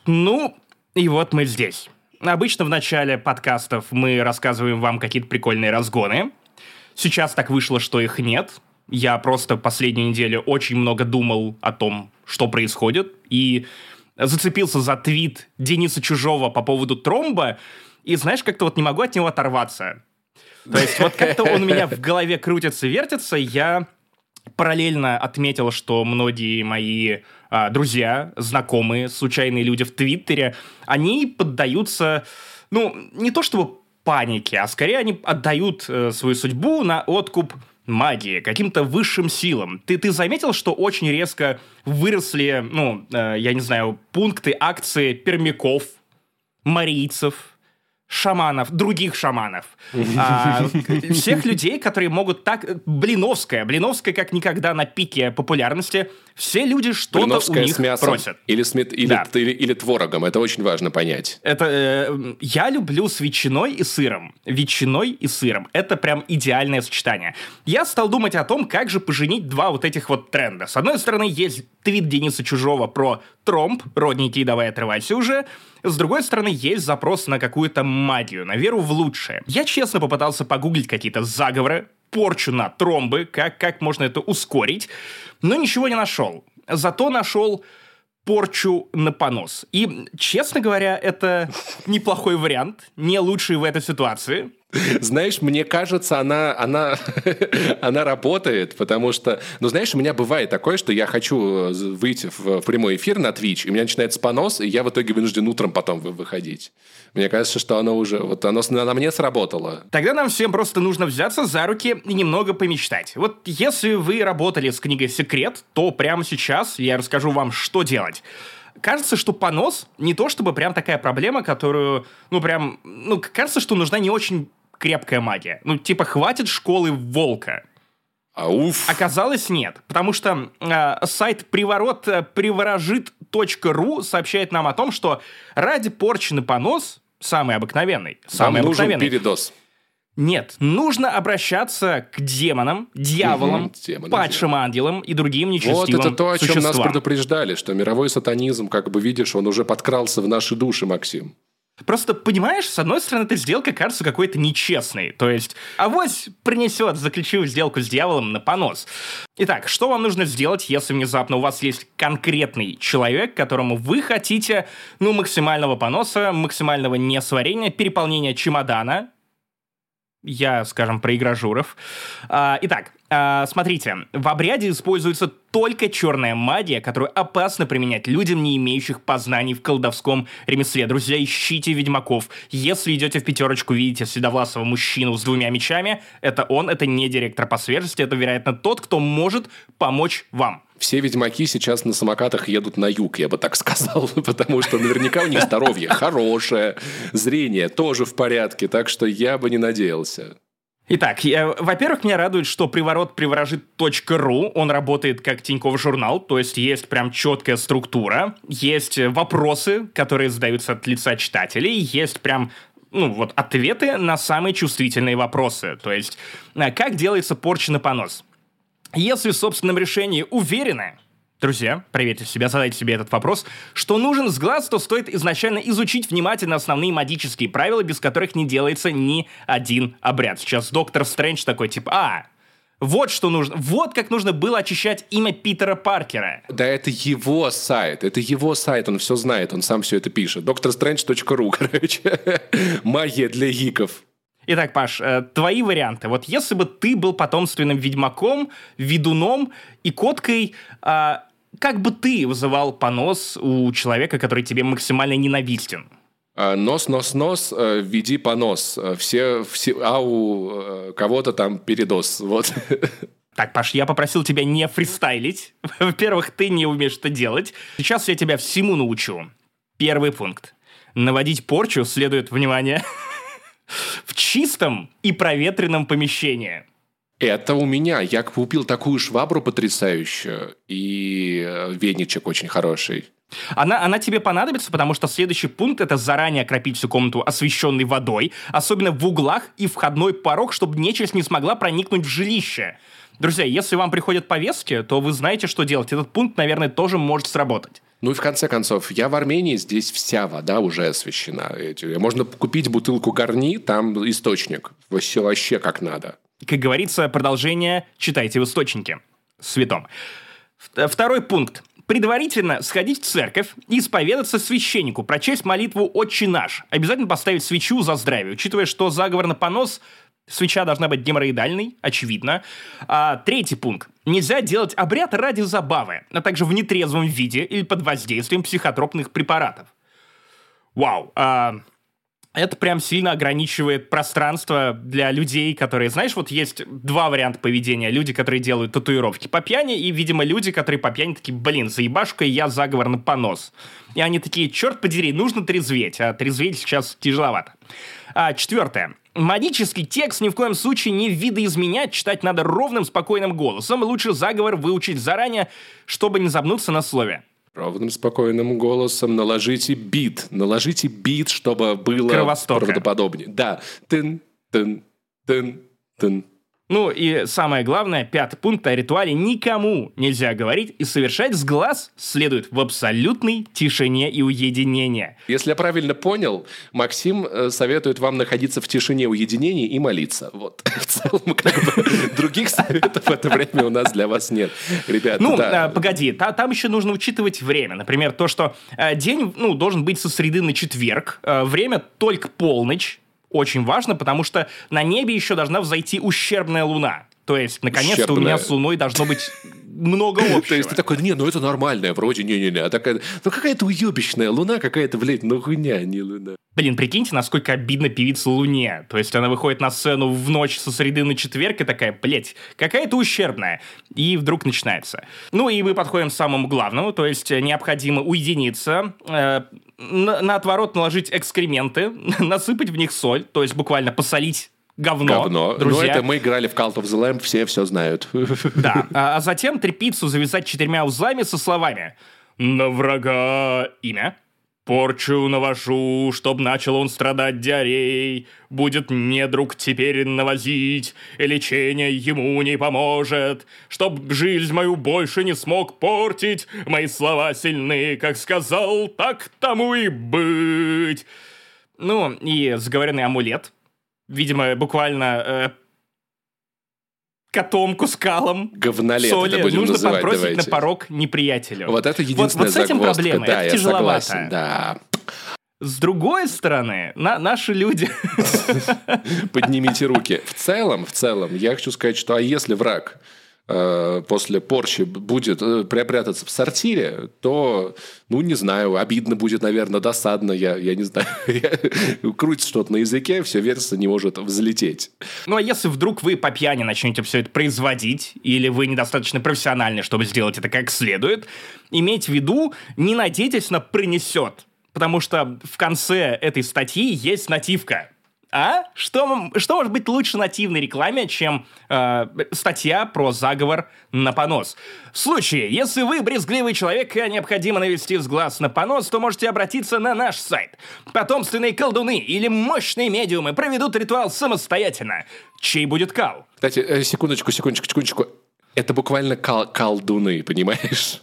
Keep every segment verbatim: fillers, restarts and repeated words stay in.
Ну, и вот мы здесь. Обычно в начале подкастов мы рассказываем вам какие-то прикольные разгоны. Сейчас так вышло, что их нет. Я просто последнюю неделю очень много думал о том, что происходит, и зацепился за твит Дениса Чужого по поводу тромба, и, знаешь, как-то вот не могу от него оторваться. То есть вот как-то он у меня в голове крутится, вертится. Я параллельно отметил, что многие мои а, друзья, знакомые, случайные люди в Твиттере, они поддаются, ну, не то чтобы панике, а скорее они отдают э, свою судьбу на откуп магии, каким-то высшим силам. Ты, ты заметил, что очень резко выросли, ну, э, я не знаю, пункты, акции пермяков, марийцев, шаманов, других шаманов. А, всех людей, которые могут так... Блиновская. Блиновская как никогда на пике популярности. Все люди что-то Блиновская у них с мясом. просят. Или, с мет... или, Да. или, или творогом. Это очень важно понять. Это, э, я люблю с ветчиной и сыром. Ветчиной и сыром. Это прям идеальное сочетание. Я стал думать о том, как же поженить два вот этих вот тренда. С одной стороны, есть твит Дениса Чужого про тромб. Родненький, давай отрывайся уже. С другой стороны, есть запрос на какую-то магию, на веру в лучшее. Я честно попытался погуглить какие-то заговоры, порчу на тромбы, как, как можно это ускорить, но ничего не нашел. Зато нашел порчу на понос. И, честно говоря, это неплохой вариант, не лучший в этой ситуации. Знаешь, мне кажется, она, она, она работает, потому что, ну, знаешь, у меня бывает такое, что я хочу выйти в, в прямой эфир на Twitch, и у меня начинается понос, и я в итоге вынужден утром потом выходить. Мне кажется, что оно уже, вот оно на мне сработало. Тогда нам всем просто нужно взяться за руки и немного помечтать. Вот если вы работали с книгой «Секрет», то прямо сейчас я расскажу вам, что делать. Кажется, что понос не то чтобы прям такая проблема, которую, ну, прям, ну, кажется, что нужна не очень крепкая магия. Ну, типа, хватит школы волка. Ауф. Оказалось, нет. Потому что э, сайт приворот приворожит точка ру сообщает нам о том, что ради порчи на понос, самый обыкновенный, самый Нам обыкновенный, нужен передоз. Нет, нужно обращаться к демонам, дьяволам, угу, демоны, падшим демоны. ангелам и другим нечестивым Вот это то, о чем существам. нас предупреждали, что мировой сатанизм, как бы видишь, он уже подкрался в наши души, Максим. Просто, понимаешь, с одной стороны, эта сделка кажется какой-то нечестной. То есть, авось принесет, заключив сделку с дьяволом на понос. Итак, что вам нужно сделать, если внезапно у вас есть конкретный человек, которому вы хотите, ну, максимального поноса, максимального несварения, переполнения чемодана? Я, скажем, про игражуров. А, итак, а, смотрите, в обряде используется только черная магия, которую опасно применять людям, не имеющих познаний в колдовском ремесле. Друзья, ищите ведьмаков. Если идете в пятерочку, видите седовласого мужчину с двумя мечами, это он, это не директор по свежести, это, вероятно, тот, кто может помочь вам. Все ведьмаки сейчас на самокатах едут на юг, я бы так сказал, потому что наверняка у них здоровье хорошее, зрение тоже в порядке, так что я бы не надеялся. Итак, я, во-первых, меня радует, что приворот приворожит точка ру, он работает как Тинькофф журнал, то есть есть прям четкая структура, есть вопросы, которые задаются от лица читателей, есть прям, ну вот, ответы на самые чувствительные вопросы, то есть как делается порча на понос. Если в собственном решении уверены, друзья, проверьте себя, задайте себе этот вопрос, что нужен сглаз, то стоит изначально изучить внимательно основные магические правила, без которых не делается ни один обряд. Сейчас доктор Стрэндж такой, типа, а, вот что нужно, вот как нужно было очищать имя Питера Паркера. Да это его сайт, это его сайт, он все знает, он сам все это пишет. доктор стрэндж точка ру, короче, магия для гиков. Итак, Паш, э, твои варианты. Вот если бы ты был потомственным ведьмаком, ведуном и коткой, э, как бы ты вызывал понос у человека, который тебе максимально ненавистен? Нос, нос, нос, введи понос. Все, все, а у кого-то там передоз. Вот. Так, Паш, я попросил тебя не фристайлить. Во-первых, ты не умеешь это делать. Сейчас я тебя всему научу. Первый пункт. Наводить порчу следует, внимание, в чистом и проветренном помещении. Это у меня. Я купил такую швабру потрясающую и веничек очень хороший. Она, она тебе понадобится, потому что следующий пункт — это заранее окропить всю комнату освещенной водой, особенно в углах и входной порог, чтобы нечисть не смогла проникнуть в жилище. Друзья, если вам приходят повестки, то вы знаете, что делать. Этот пункт, наверное, тоже может сработать. Ну и в конце концов, я в Армении, здесь вся вода уже освещена. Можно купить бутылку Гарни, там источник. Все вообще как надо. Как говорится, продолжение читайте в источнике. Святом. Второй пункт. Предварительно сходить в церковь и исповедаться священнику, прочесть молитву «Отче наш». Обязательно поставить свечу за здравие, учитывая, что заговор на понос, свеча должна быть геморроидальной, очевидно. А, третий пункт. Нельзя делать обряд ради забавы, а также в нетрезвом виде или под воздействием психотропных препаратов. Вау. А, это прям сильно ограничивает пространство для людей, которые... Знаешь, вот есть два варианта поведения. Люди, которые делают татуировки по пьяни, и, видимо, люди, которые по пьяни такие, блин, заебашка, я заговор на понос. И они такие, черт подери, нужно трезветь, а трезветь сейчас тяжеловато. А, четвертое. Магический текст ни в коем случае не видоизменять, читать надо ровным, спокойным голосом. Лучше заговор выучить заранее, чтобы не забнуться на слове. Ровным, спокойным голосом наложите бит. Наложите бит, чтобы было Кровостока. Правдоподобнее. Да. Тын, тын, тын, тын. Ну и самое главное, пятый пункт о ритуале никому нельзя говорить, и совершать с глаз следует в абсолютной тишине и уединении. Если я правильно понял, Максим советует вам находиться в тишине, уединении и молиться. Вот. В целом, как бы, других советов в это время у нас для вас нет. Ребята, ну, да. а, погоди, та, там еще нужно учитывать время. Например, то, что а, день ну, должен быть со среды на четверг, а, время только полночь. Очень важно, потому что на небе еще должна взойти ущербная луна. То есть, наконец-то ущербная. У меня с луной должно быть много общего. То есть ты такой, не, ну это нормальная, вроде не-не-не. А такая, ну какая-то уебищная луна, какая-то, блядь, ну хуйня, не луна. Блин, прикиньте, насколько обидно певице Луне. То есть она выходит на сцену в ночь со среды на четверг и такая, блядь, какая-то ущербная. И вдруг начинается. Ну и мы подходим к самому главному, то есть необходимо уединиться, э, на, на отворот наложить экскременты, насыпать в них соль, то есть буквально посолить говно, говно. друзья. Ну, это мы играли в Cult of the Lamb, все все знают. Да, а, а затем тряпицу завязать четырьмя узлами со словами «На врага имя, порчу навожу, чтоб начал он страдать диареей, будет недруг теперь навозить, и лечение ему не поможет, чтоб жизнь мою больше не смог портить, мои слова сильны, как сказал, так тому и быть». Ну, и заговоренный амулет. Видимо, буквально э, котомку с калом, говнолет, соли это будем нужно называть, подбросить давайте. на порог неприятелю. Вот это единственная вот, вот с этим загвоздка. проблема, Да, это я тяжеловато. Согласен, да. С другой стороны, на, наши люди... Поднимите руки. В целом, в целом, я хочу сказать, что а если враг э, после порчи будет э, прятаться в сортире, то, ну, не знаю, обидно будет, наверное, досадно, я, я не знаю. Крутится что-то на языке, все вертится, не может взлететь. Ну, а если вдруг вы по пьяни начнете все это производить, или вы недостаточно профессиональны, чтобы сделать это как следует, имейте в виду, не надейтесь на «принесет». Потому что в конце этой статьи есть нативка. А? Что, что может быть лучше нативной рекламе, чем э, статья про заговор на понос? В случае, если вы брезгливый человек и необходимо навести с глаз на понос, то можете обратиться на наш сайт. Потомственные колдуны или мощные медиумы проведут ритуал самостоятельно. Чей будет кал? Кстати, секундочку, секундочку, секундочку. Это буквально кол- колдуны, понимаешь?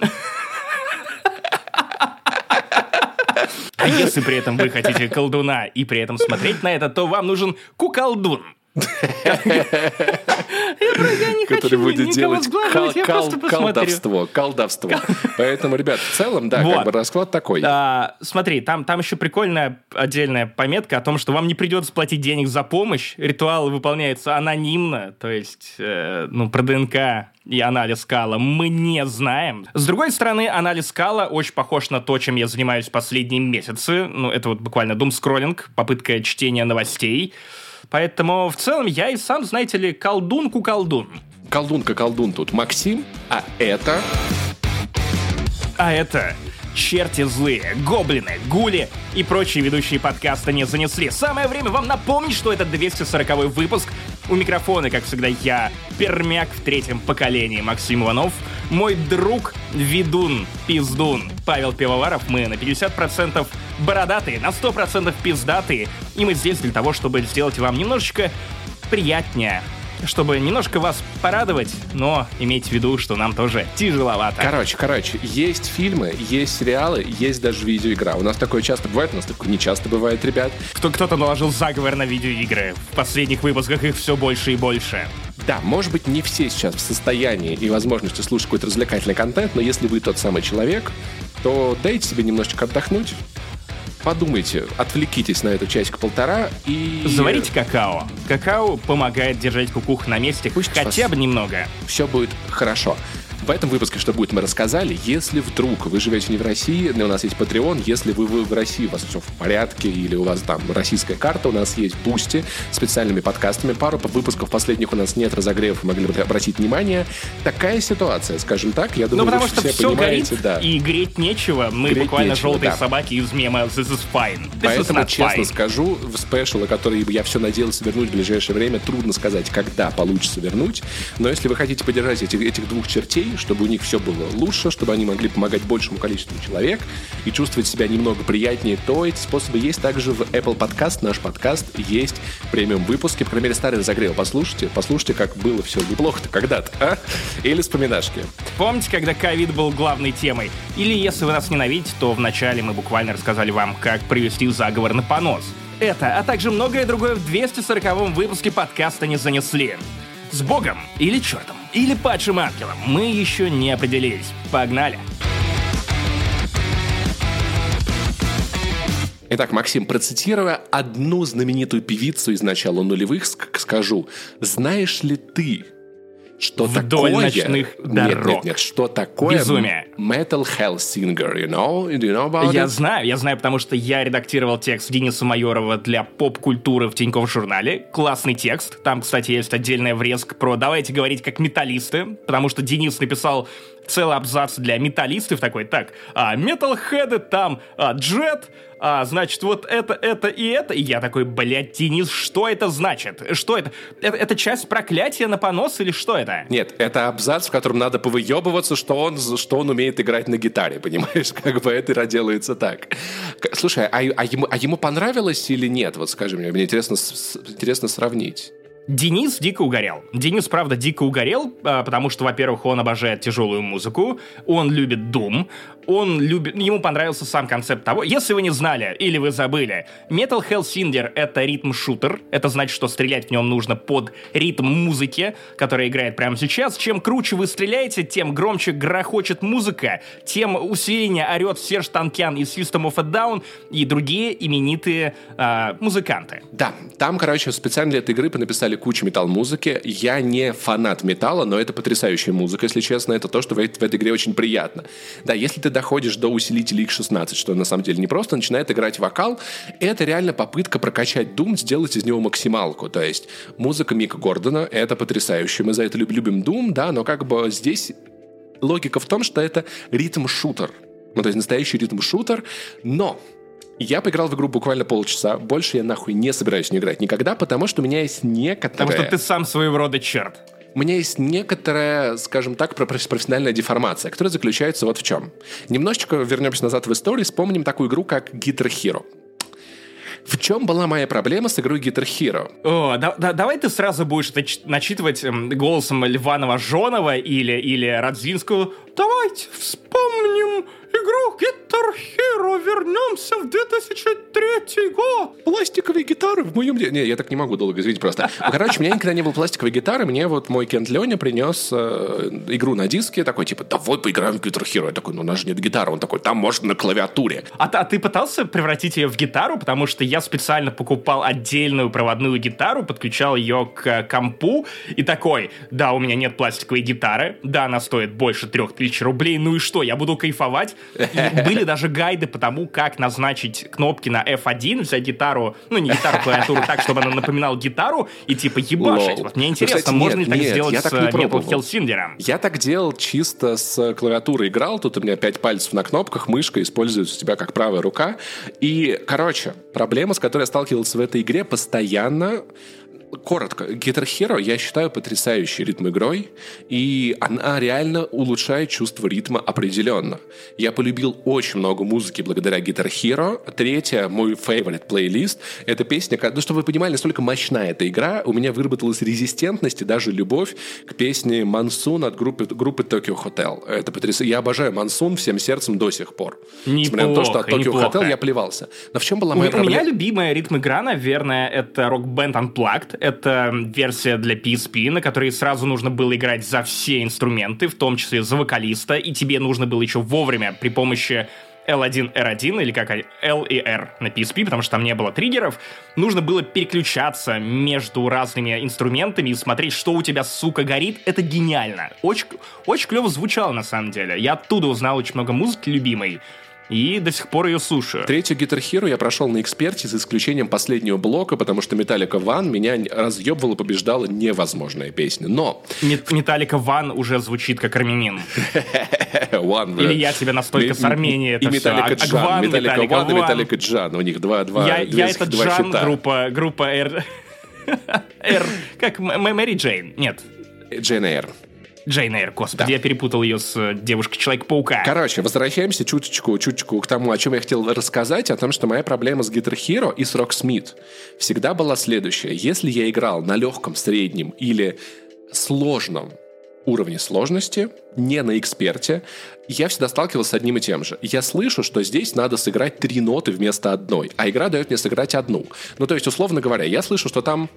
А если при этом вы хотите колдуна и при этом смотреть на это, то вам нужен куколдун. Я не который хочу будет никого делать сглаживать, я просто посмотрю. колдовство. Колдовство. Поэтому, ребят, в целом, да, как бы расклад такой. Смотри, там еще прикольная отдельная пометка о том, что вам не придется платить денег за помощь. Ритуал выполняется анонимно, то есть, ну, про ДНК и анализ кала мы не знаем. С другой стороны, анализ кала очень похож на то, чем я занимаюсь последние месяцы. Ну, это вот буквально думскроллинг, попытка чтения новостей. Поэтому в целом я и сам, знаете ли, колдун-куколдун. Колдунка-колдун тут Максим, а это... А это... черти злые, гоблины, гули и прочие ведущие подкаста не занесли. Самое время вам напомнить, что это двести сороковой выпуск. У микрофона, как всегда, я, пермяк в третьем поколении, Максим Иванов. Мой друг, ведун, пиздун, Павел Пивоваров. Мы на пятьдесят процентов бородатые, на сто процентов пиздатые. И мы здесь для того, чтобы сделать вам немножечко приятнее чтобы немножко вас порадовать, но имейте в виду, что нам тоже тяжеловато. Короче, короче, есть фильмы, есть сериалы, есть даже видеоигра. У нас такое часто бывает, у нас такое не часто бывает, ребят. Кто- кто-то наложил заговор на видеоигры. В последних выпусках их все больше и больше. Да, может быть, не все сейчас в состоянии и возможности слушать какой-то развлекательный контент, но если вы тот самый человек, то дайте себе немножечко отдохнуть. Подумайте, отвлекитесь на эту часик-полтора и... Заварите какао. Какао помогает держать кукух на месте Пусть хотя вас... бы немного. Все будет хорошо. В этом выпуске «Что будет?» мы рассказали. Если вдруг вы живете не в России, у нас есть Patreon. Если вы, вы в России, у вас все в порядке, или у вас там российская карта, у нас есть Boosty с специальными подкастами. Пару выпусков последних у нас нет разогревов, могли бы обратить внимание. Такая ситуация, скажем так. Я думаю, ну, потому вы что все, все понимаете, горит, да. и греть нечего. Мы Греть буквально нечего, желтые да. собаки из мема «This is fine». This Поэтому, is not честно fine. скажу, в спешлы, которые я все надеялся вернуть в ближайшее время, трудно сказать, когда получится вернуть. Но если вы хотите поддержать этих, этих двух чертей, чтобы у них все было лучше, чтобы они могли помогать большему количеству человек и чувствовать себя немного приятнее, то эти способы есть также в Apple Podcast. Наш подкаст есть премиум-выпуски. По крайней мере, старый разогрев послушайте. Послушайте, как было все неплохо-то когда-то, а? Или вспоминашки. Помните, когда ковид был главной темой? Или если вы нас ненавидите, то вначале мы буквально рассказали вам, как провести заговор на понос. Это, а также многое другое в двести сороковом выпуске подкаста «Не занесли». С Богом или чертом, или падшим ангелом, мы еще не определились. Погнали! Итак, Максим, процитируя одну знаменитую певицу из начала нулевых, ск- скажу, знаешь ли ты, что Вдоль такое... ночных нет, дорог. Нет, нет, что такое... Безумие. Metal Hell Singer, you know? Do you know about Я it? знаю, я знаю, потому что я редактировал текст Дениса Майорова для поп-культуры в Тинькофф журнале. Классный текст. Там, кстати, есть отдельная врезка про «давайте говорить как металлисты», потому что Денис написал целый абзац для металлистов такой, так, а, металлхеды там, а, джет, а, значит, вот это, это и это. И я такой, блядь, Денис, что это значит? Что это? Это, это часть проклятия на понос или что это? Нет, это абзац, в котором надо повыебываться, что он, что он умеет играть на гитаре, понимаешь? Как бы это делается так. К- Слушай, а, а, ему, а ему понравилось или нет? Вот скажи мне, мне интересно, с- интересно сравнить. Денис дико угорел. Денис, правда, дико угорел, а, потому что, во-первых, он обожает тяжелую музыку, он любит Doom, он любит... Ему понравился сам концепт того... Если вы не знали или вы забыли, Metal Hellsinger — это ритм-шутер. Это значит, что стрелять в нем нужно под ритм музыки, которая играет прямо сейчас. Чем круче вы стреляете, тем громче грохочет музыка, тем усиленнее орет Серж Танкян из System of a Down и другие именитые а, музыканты. Да, там, короче, специально для этой игры написали кучу метал-музыки. Я не фанат металла, но это потрясающая музыка, если честно. Это то, что в, в этой игре очень приятно. Да, если ты доходишь до усилителя икс шестнадцать, что на самом деле не просто, начинает играть вокал, это реально попытка прокачать Doom, сделать из него максималку. То есть музыка Мика Гордона — это потрясающе. Мы за это люб- любим Doom, да, но как бы здесь логика в том, что это ритм-шутер. Ну, то есть настоящий ритм-шутер, но... Я поиграл в игру буквально полчаса. Больше я нахуй не собираюсь не играть никогда, потому что у меня есть некоторая... Потому что ты сам своего рода черт. У меня есть некоторая, скажем так, профессиональная деформация, которая заключается вот в чем. Немножечко вернемся назад в историю, вспомним такую игру, как Guitar Hero. В чем была моя проблема с игрой Guitar Hero? О, да, да, давай ты сразу будешь это ч- начитывать эм, голосом Льва Новожонова или, или Радзинского. Давайте вспомним игру Guitar Hero, вернемся в две тысячи третий год. Пластиковые гитары в моем деле. Не, я так не могу долго, извините просто. Короче, у меня никогда не было пластиковой гитары. Мне вот мой Кент Леня принес э, игру на диске. Такой, типа, давай поиграем в Guitar Hero. Я такой, ну у нас же нет гитары. Он такой, там можно на клавиатуре. А, т- а ты пытался превратить ее в гитару? Потому что я специально покупал отдельную проводную гитару, подключал ее к компу и такой, да, у меня нет пластиковой гитары, да, она стоит больше трех тысяч рублей, ну и что, я буду кайфовать? И были даже гайды по тому, как назначить кнопки на эф один, взять гитару, ну не гитару, клавиатуру так, чтобы она напоминала гитару, и типа ебашить. Лол. Вот мне Ну, интересно, кстати, можно нет, ли так нет, сделать я с так не Metal пробовал. Hellsinger? Я так делал чисто с клавиатуры играл. Тут у меня пять пальцев на кнопках, мышка используется у тебя как правая рука. И, короче, проблема, с которой я сталкивался в этой игре постоянно... коротко, Guitar Hero я считаю потрясающей ритм-игрой, и она реально улучшает чувство ритма определенно. Я полюбил очень много музыки благодаря Guitar Hero. Третья, мой favorite плейлист, это песня, ну, чтобы вы понимали, настолько мощная эта игра, у меня выработалась резистентность и даже любовь к песне «Monsoon» от группы, группы Tokyo Hotel. Это потрясающе. Я обожаю «Monsoon» всем сердцем до сих пор. Неплохо, несмотря на то, что от Tokyo неплохо. Hotel я плевался. Но в чем была моя у, проблема? У меня любимая ритм-игра, наверное, это Rock Band Unplugged. Это версия для пи эс пи, на которой сразу нужно было играть за все инструменты, в том числе за вокалиста, и тебе нужно было еще вовремя при помощи эл один эр один, или как L и R на пи эс пи, потому что там не было триггеров, нужно было переключаться между разными инструментами и смотреть, что у тебя, сука, горит. Это гениально. Очень, очень клево звучало, на самом деле. Я оттуда узнал очень много музыки любимой, и до сих пор ее слушаю. Третью Guitar Hero я прошел на эксперте, за исключением последнего блока, потому что Metallica One меня разъебывала, побеждала невозможная песня. Но... Metallica One уже звучит как армянин. One, Или я тебе настолько с Армении это все. И Metallica Джан, Metallica One и Metallica Джан. У них два, два, я, две, я это два Джан, хита. группа, группа R... R... Как Мэри Джейн? Нет. Джейн Эйр. Джейн Эйр, господи, Да. Я перепутал ее с девушкой Человек-паука. Короче, возвращаемся чуточку, чуточку к тому, о чем я хотел рассказать, о том, что моя проблема с Guitar Hero и с Rocksmith всегда была следующая. Если я играл на легком, среднем или сложном уровне сложности, не на эксперте, я всегда сталкивался с одним и тем же. Я слышу, что здесь надо сыграть три ноты вместо одной, а игра дает мне сыграть одну. Ну, то есть, условно говоря, я слышу, что там...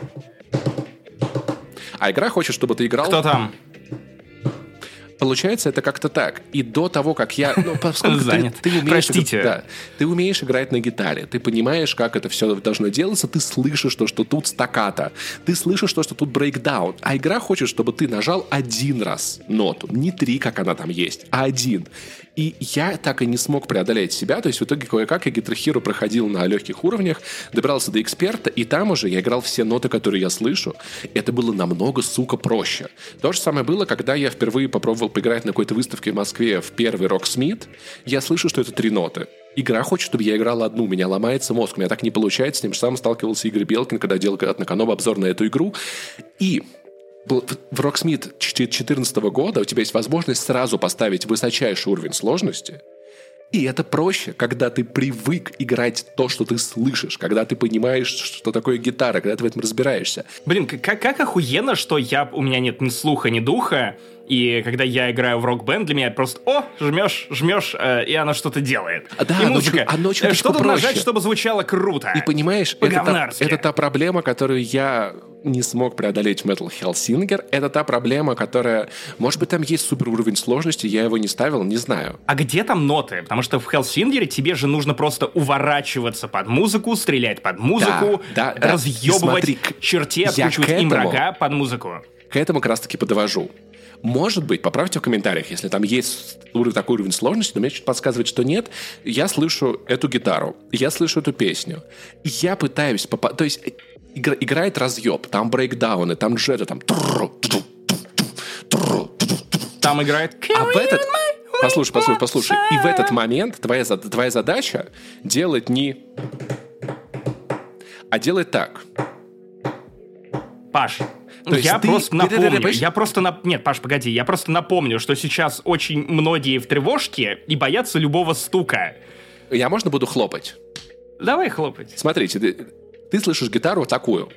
А игра хочет, чтобы ты играл... Кто там? Получается, это как-то так. И до того, как я... Ну, поскольку Занят. Ты, ты умеешь, Простите. Да, ты умеешь играть на гитаре, ты понимаешь, как это все должно делаться, ты слышишь, что, что тут стаккато, ты слышишь, что, что тут брейкдаун. А игра хочет, чтобы ты нажал один раз ноту. Не три, как она там есть, а один. И я так и не смог преодолеть себя. То есть в итоге кое-как я Guitar Hero проходил на легких уровнях, добрался до эксперта, и там уже я играл все ноты, которые я слышу. Это было намного, сука, проще. То же самое было, когда я впервые попробовал поиграть на какой-то выставке в Москве в первый Rocksmith. Я слышу, что это три ноты. Игра хочет, чтобы я играл одну. У меня ломается мозг. У меня так не получается. С тем же самым сталкивался Игорь Белкин, когда делал от Наканова обзор на эту игру. И в Rocksmith две тысячи четырнадцатого года у тебя есть возможность сразу поставить высочайший уровень сложности. И это проще, когда ты привык играть то, что ты слышишь, когда ты понимаешь, что такое гитара, когда ты в этом разбираешься. Блин, как, как охуенно, что я, у меня нет ни слуха, ни духа, и когда я играю в рок-бенд, для меня просто «О, жмешь, жмешь», э, и она что-то делает. А, да, и оно, музыка. оно очень Что-то проще. нажать, чтобы звучало круто. И понимаешь, это та, По-говнарски. это та проблема, которую я не смог преодолеть в Metal Hellsinger. Это та проблема, которая... Может быть, там есть супер уровень сложности, я его не ставил, не знаю. А где там ноты? Потому что в Hellsinger тебе же нужно просто уворачиваться под музыку, стрелять под музыку, Да, да, да. разъебывать Смотри, к- черти, я откручивать к им этому- рога под музыку. К этому как раз-таки подвожу. Может быть, поправьте в комментариях, если там есть уровень, такой уровень сложности, но мне что-то подсказывает, что нет. Я слышу эту гитару, я слышу эту песню. И я пытаюсь... Попа- То есть игра- играет разъеб, там брейкдауны, там джеты, там... Там играет... А в этот... Послушай, послушай, послушай. И в этот момент твоя, зад- твоя задача делать не... А делать так. Паш, То есть я ты- просто Да-да-да, напомню, понимаешь? я просто... нап- Нет, Паш, погоди, я просто напомню, что сейчас очень многие в тревожке и боятся любого стука. Я, можно, буду хлопать? Давай хлопать. Смотрите, ты, ты слышишь гитару вот такую.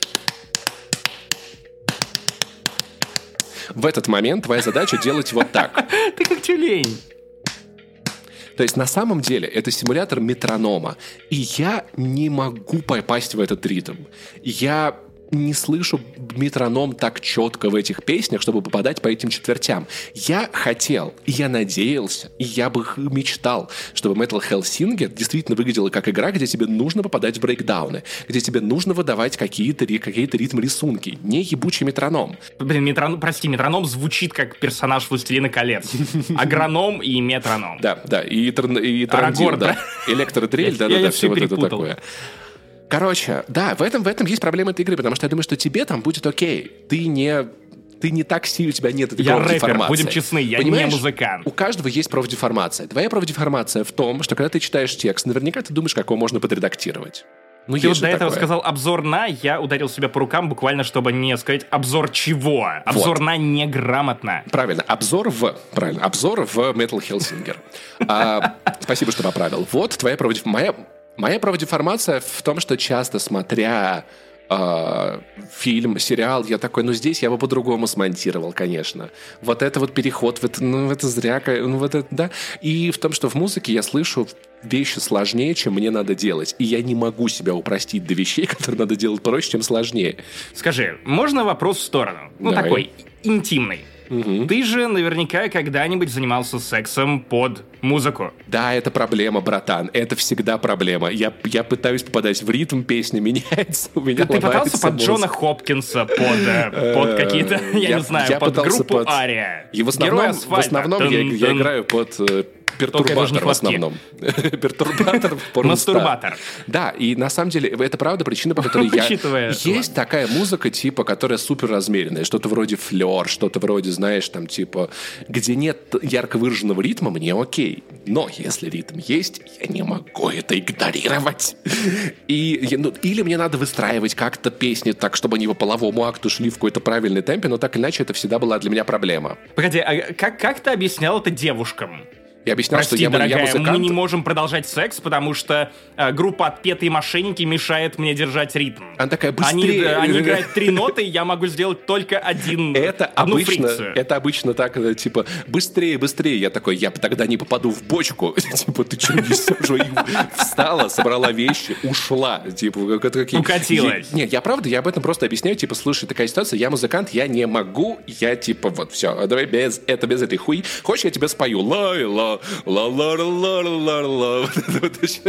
В этот момент твоя задача делать вот так. Ты как тюлень. То есть на самом деле это симулятор метронома. И я не могу попасть в этот ритм. Я не слышу метроном так четко в этих песнях, чтобы попадать по этим четвертям. Я хотел, и я надеялся, и я бы х- мечтал, чтобы Metal Hellsinger действительно выглядела как игра, где тебе нужно попадать в брейкдауны, где тебе нужно выдавать какие-то, ри- какие-то ритм-рисунки, не ебучий метроном. Блин, метроном, прости, метроном звучит как персонаж «Властелина колец». Агроном и метроном. Да, да, и, трон- и трандил, Арагорн, да, электродрель, Я- да-да-да, я все всё вот это перепутал. такое. Короче, да, в этом, в этом есть проблема этой игры, потому что я думаю, что тебе там будет окей. Ты не... Ты не так сильно, у тебя нет этой Я профдеформации. рэпер, будем честны, я Понимаешь? не музыкант. У каждого есть профдеформация. Твоя профдеформация в том, что когда ты читаешь текст, наверняка ты думаешь, как его можно подредактировать. Ну, Ты вот есть до же этого такое. сказал обзор на, я ударил себя по рукам буквально, чтобы не сказать обзор чего. Обзор Вот. на неграмотно. Правильно, обзор в... Правильно, обзор в Metal Hellsinger. А, спасибо, что поправил. Вот твоя правдив... моя, моя правдеформация в том, что часто смотря э, фильм, сериал, я такой, ну здесь я бы по-другому смонтировал, конечно. Вот это вот переход, в это, ну это зря, ну вот это, да. И в том, что в музыке я слышу вещи сложнее, чем мне надо делать. И я не могу себя упростить до вещей, которые надо делать проще, чем сложнее. Скажи, можно вопрос в сторону? Ну, Давай. такой, интимный. Угу. Ты же наверняка когда-нибудь занимался сексом под музыку. Да, это проблема, братан. Это всегда проблема. Я, я пытаюсь попадать в ритм, песня меняется, у меня Ты, ты пытался ломается под мозг. Джона Хопкинса, под, э, под какие-то, я Я- не знаю, я под пытался группу под- Ария. И в Герой основном, в Асфальта. основном я, я Дын-дын. играю под э, Только это же не пертурбатор в хвостки. основном. Пертурбатор в порнстар. Мастурбатор. Да, и на самом деле это правда причина, по которой я... Учитывая, Есть такая музыка, типа, которая супер размеренная. Что-то вроде флёр, что-то вроде, знаешь, там, типа, где нет ярко выраженного ритма, мне окей. Но если ритм есть, я не могу это игнорировать. И, я- ну, или мне надо выстраивать как-то песни так, чтобы они по половому акту шли в какой-то правильный темпе, но так или иначе это всегда была для меня проблема. Погоди, а как, как ты объяснял это девушкам? Я объяснял, Прости, что я, я дорогая, музыкант. мы не можем продолжать секс, потому что э, группа «Отпетые мошенники» мешает мне держать ритм. Она такая, Они, быстрее. э, они играют три ноты, я могу сделать только один, Это одну обычно, фрикцию. это обычно так, э, типа, быстрее, быстрее. Я такой, я тогда не попаду в бочку. Типа, ты что, несешь? И встала, собрала вещи, ушла. Типа, как это какие... Укатилась. Я- Нет, я правда, я об этом просто объясняю. Типа, слушай, такая ситуация, я музыкант, я не могу, я типа, вот, все, давай без, это без этой хуи. Хочешь, я тебе спою? Ла-ла, ла-ла-ла-ла-ла-ла. Вот это вот еще.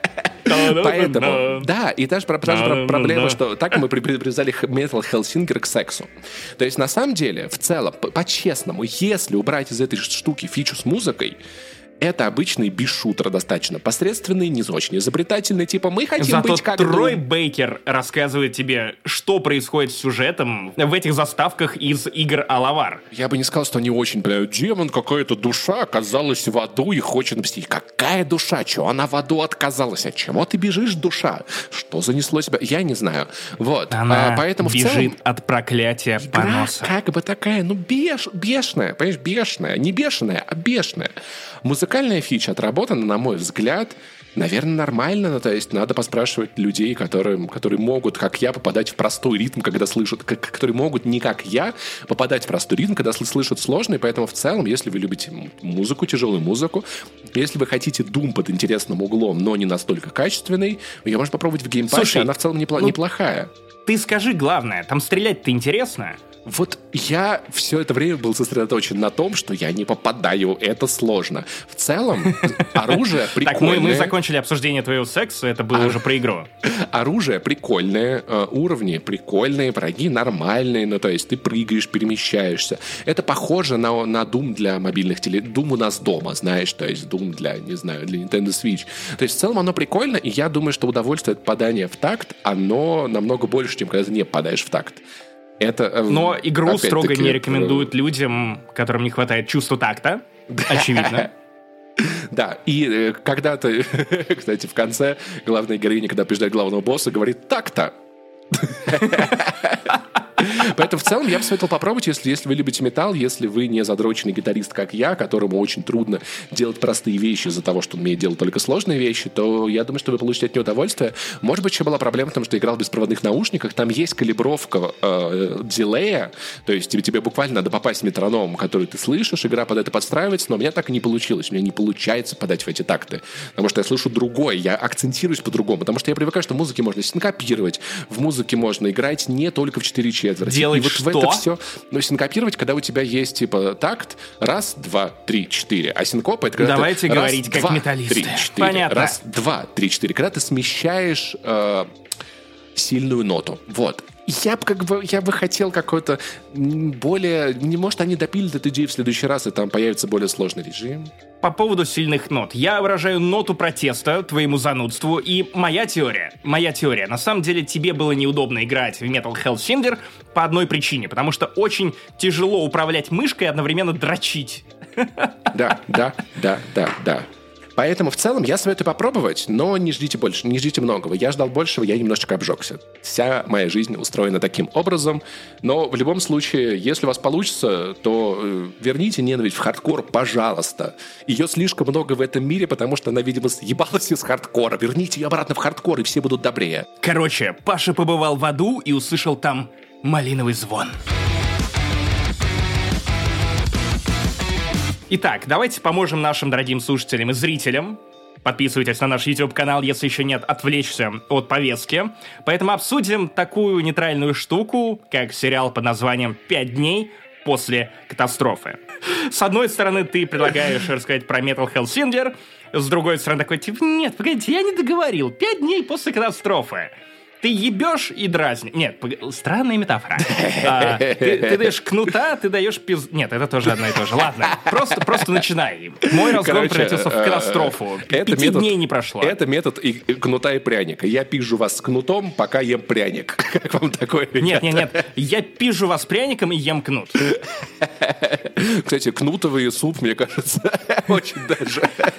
Поэтому, да, и даже про- даже про- проблема, что так мы при- привязали Metal Hellsinger к сексу. То есть, на самом деле, в целом, по- по-честному, если убрать из этой штуки фичу с музыкой, это обычный бишутер достаточно посредственный, не очень изобретательный, типа мы хотим Зато быть как Трой Doom. Бейкер рассказывает тебе, что происходит с сюжетом в этих заставках из игр Алавар. Я бы не сказал, что они очень, бля, демон, какая-то душа оказалась в аду и хочет мстить. Какая душа? Чего она в аду отказалась? От чего ты бежишь, душа? Что занесло себя? Я не знаю. Вот. Она А, поэтому в бежит целом... от проклятия Игра поноса. как бы такая, ну, беш, бешеная, понимаешь, бешеная. Не бешеная, а бешеная. Музыкальная фича отработана, на мой взгляд, наверное, нормально. Ну, то есть надо поспрашивать людей, которые, которые могут, как я, попадать в простой ритм, когда слышат, как- которые могут не как я попадать в простой ритм, когда сл- слышат сложный. Поэтому в целом, если вы любите м- музыку, тяжелую музыку, если вы хотите Doom под интересным углом, но не настолько качественный, ее можно попробовать в геймпаде, Слушай, она в целом непло- ну, неплохая. Ты скажи главное, там стрелять-то интересно? Вот я все это время был сосредоточен на том, что я не попадаю, это сложно. В целом, оружие Так, мы, прикольное. мы закончили обсуждение твоего секса, это было А. уже про игру. Оружие прикольное, э, уровни прикольные, враги нормальные, ну то есть ты прыгаешь, перемещаешься. Это похоже на, на Doom для мобильных теле... Doom у нас дома, знаешь, то есть Doom для, не знаю, для Nintendo Switch. То есть в целом оно прикольно, и я думаю, что удовольствие от попадания в такт, оно намного больше, чем когда ты не попадаешь в такт. Это, э, Но игру опять-таки, строго не это- рекомендуют людям, которым не хватает чувства такта. Очевидно. Да, и э, когда-то, кстати, в конце главная героиня, когда побеждает главного босса, говорит «так-то». Поэтому в целом я бы советовал попробовать, если, если вы любите металл, если вы не задроченный гитарист, как я, которому очень трудно делать простые вещи из-за того, что он умеет делать только сложные вещи, то я думаю, что вы получите от него удовольствие. Может быть, еще была проблема в том, что играл в беспроводных наушниках, там есть калибровка э, дилея, то есть тебе, тебе буквально надо попасть в метроном, который ты слышишь, игра под это подстраивается, но у меня так и не получилось, у меня не получается подать в эти такты, потому что я слышу другое, я акцентируюсь по-другому, потому что я привыкаю, что в музыке можно синкопировать, в музыке можно играть не только в четыре четверти. Делать и вот что? в это все, ну, синкопировать, когда у тебя есть, типа, такт, раз, два, три, четыре, а синкопа — это когда Давайте ты говорить раз, как два, металлисты. три, четыре, Понятно. раз, два, три, четыре, когда ты смещаешь э, сильную ноту. Вот. Я бы как бы, я бы хотел какой-то м, более... Не может, они допилят эту идею в следующий раз, и там появится более сложный режим. По поводу сильных нот. Я выражаю ноту протеста твоему занудству, и моя теория, моя теория, на самом деле тебе было неудобно играть в Metal Hellsinger по одной причине, потому что очень тяжело управлять мышкой и одновременно дрочить. Да, да, да, да, да. Поэтому в целом я советую попробовать, но не ждите больше, не ждите многого. Я ждал большего, я немножечко обжегся. Вся моя жизнь устроена таким образом. Но в любом случае, если у вас получится, то э, верните ненависть в хардкор, пожалуйста. Ее слишком много в этом мире, потому что она, видимо, съебалась из хардкора. Верните ее обратно в хардкор, и все будут добрее. Короче, Паша побывал в аду и услышал там малиновый звон. Итак, давайте поможем нашим дорогим слушателям и зрителям. Подписывайтесь на наш YouTube-канал, если еще нет, отвлечься от повестки. Поэтому обсудим такую нейтральную штуку, как сериал под названием «Пять дней после катастрофы». С одной стороны, ты предлагаешь рассказать про Metal Hellsinger, с другой стороны, такой, типа, нет, погоди, я не договорил, «Пять дней после катастрофы». Ты ебешь и дразнишь. Нет, пог... странная метафора. А, ты, ты даешь кнута, ты даешь пиз... Нет, это тоже одно и то же. Ладно, просто, просто начинай. Мой разгон превратился в катастрофу. Это Пяти метод, дней не прошло. Это метод и, и кнута и пряника. Я пизжу вас с кнутом, пока ем пряник. Как вам такое? Нет, нет, нет. Я пизжу вас пряником и ем кнут. Кстати, кнутовый суп, мне кажется, очень даже...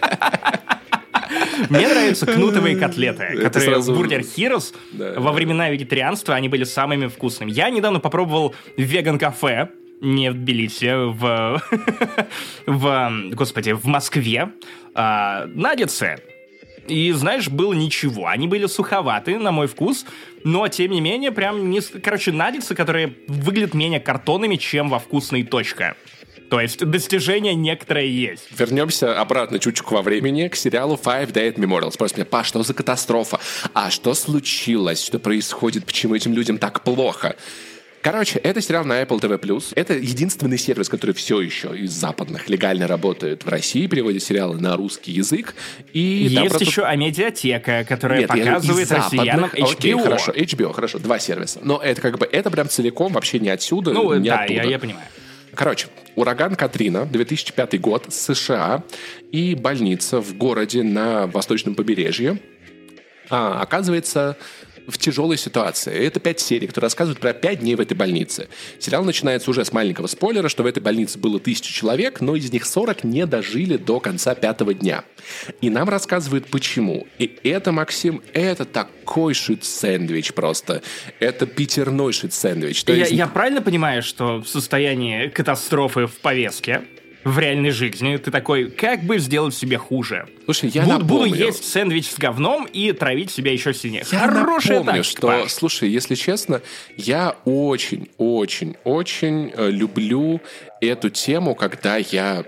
Мне нравятся кнутовые котлеты, Это которые сразу... в Burger Heroes да, во да. времена вегетарианства, они были самыми вкусными. Я недавно попробовал в веган-кафе, не в Тбилиси, в... в... Господи, в Москве, а, наггетсы. И, знаешь, было ничего. Они были суховаты, на мой вкус, но, тем не менее, прям... Не... Короче, наггетсы, которые выглядят менее картонными, чем во «Вкусной точка». То есть достижения некоторые есть. Вернемся обратно чуть-чуть во времени к сериалу Five Dead Memorial. Спросим меня, Паш, что за катастрофа? А что случилось? Что происходит? Почему этим людям так плохо? Короче, это сериал на Apple ти ви плюс. Это единственный сервис, который все еще из западных легально работает в России, переводит сериалы на русский язык. И есть просто... еще Амедиатека, которая Нет, показывает россиянам эйч би о. Окей, хорошо, эйч би о, хорошо, два сервиса. Но это как бы, это прям целиком вообще не отсюда, ну, не да, оттуда. Я, я понимаю. Короче, ураган Катрина, две тысячи пятый год, США, и больница в городе на восточном побережье а, оказывается в тяжелой ситуации. Это пять серий, которые рассказывают про пять дней в этой больнице. Сериал начинается уже с маленького спойлера, что в этой больнице было тысяча человек, но из них сорок не дожили до конца пятого дня. И нам рассказывают, почему. И это, Максим, это такой шит-сэндвич просто. Это питерной шит-сэндвич. Я, есть... я правильно понимаю, что в состоянии катастрофы в повестке, в реальной жизни, ты такой, как бы сделать себе хуже? Слушай, я буду, напомню... буду есть сэндвич с говном и травить себя еще сильнее. Я Хорошая напомню, тактика, что, Паш. слушай, если честно, я очень-очень-очень э, люблю эту тему, когда я...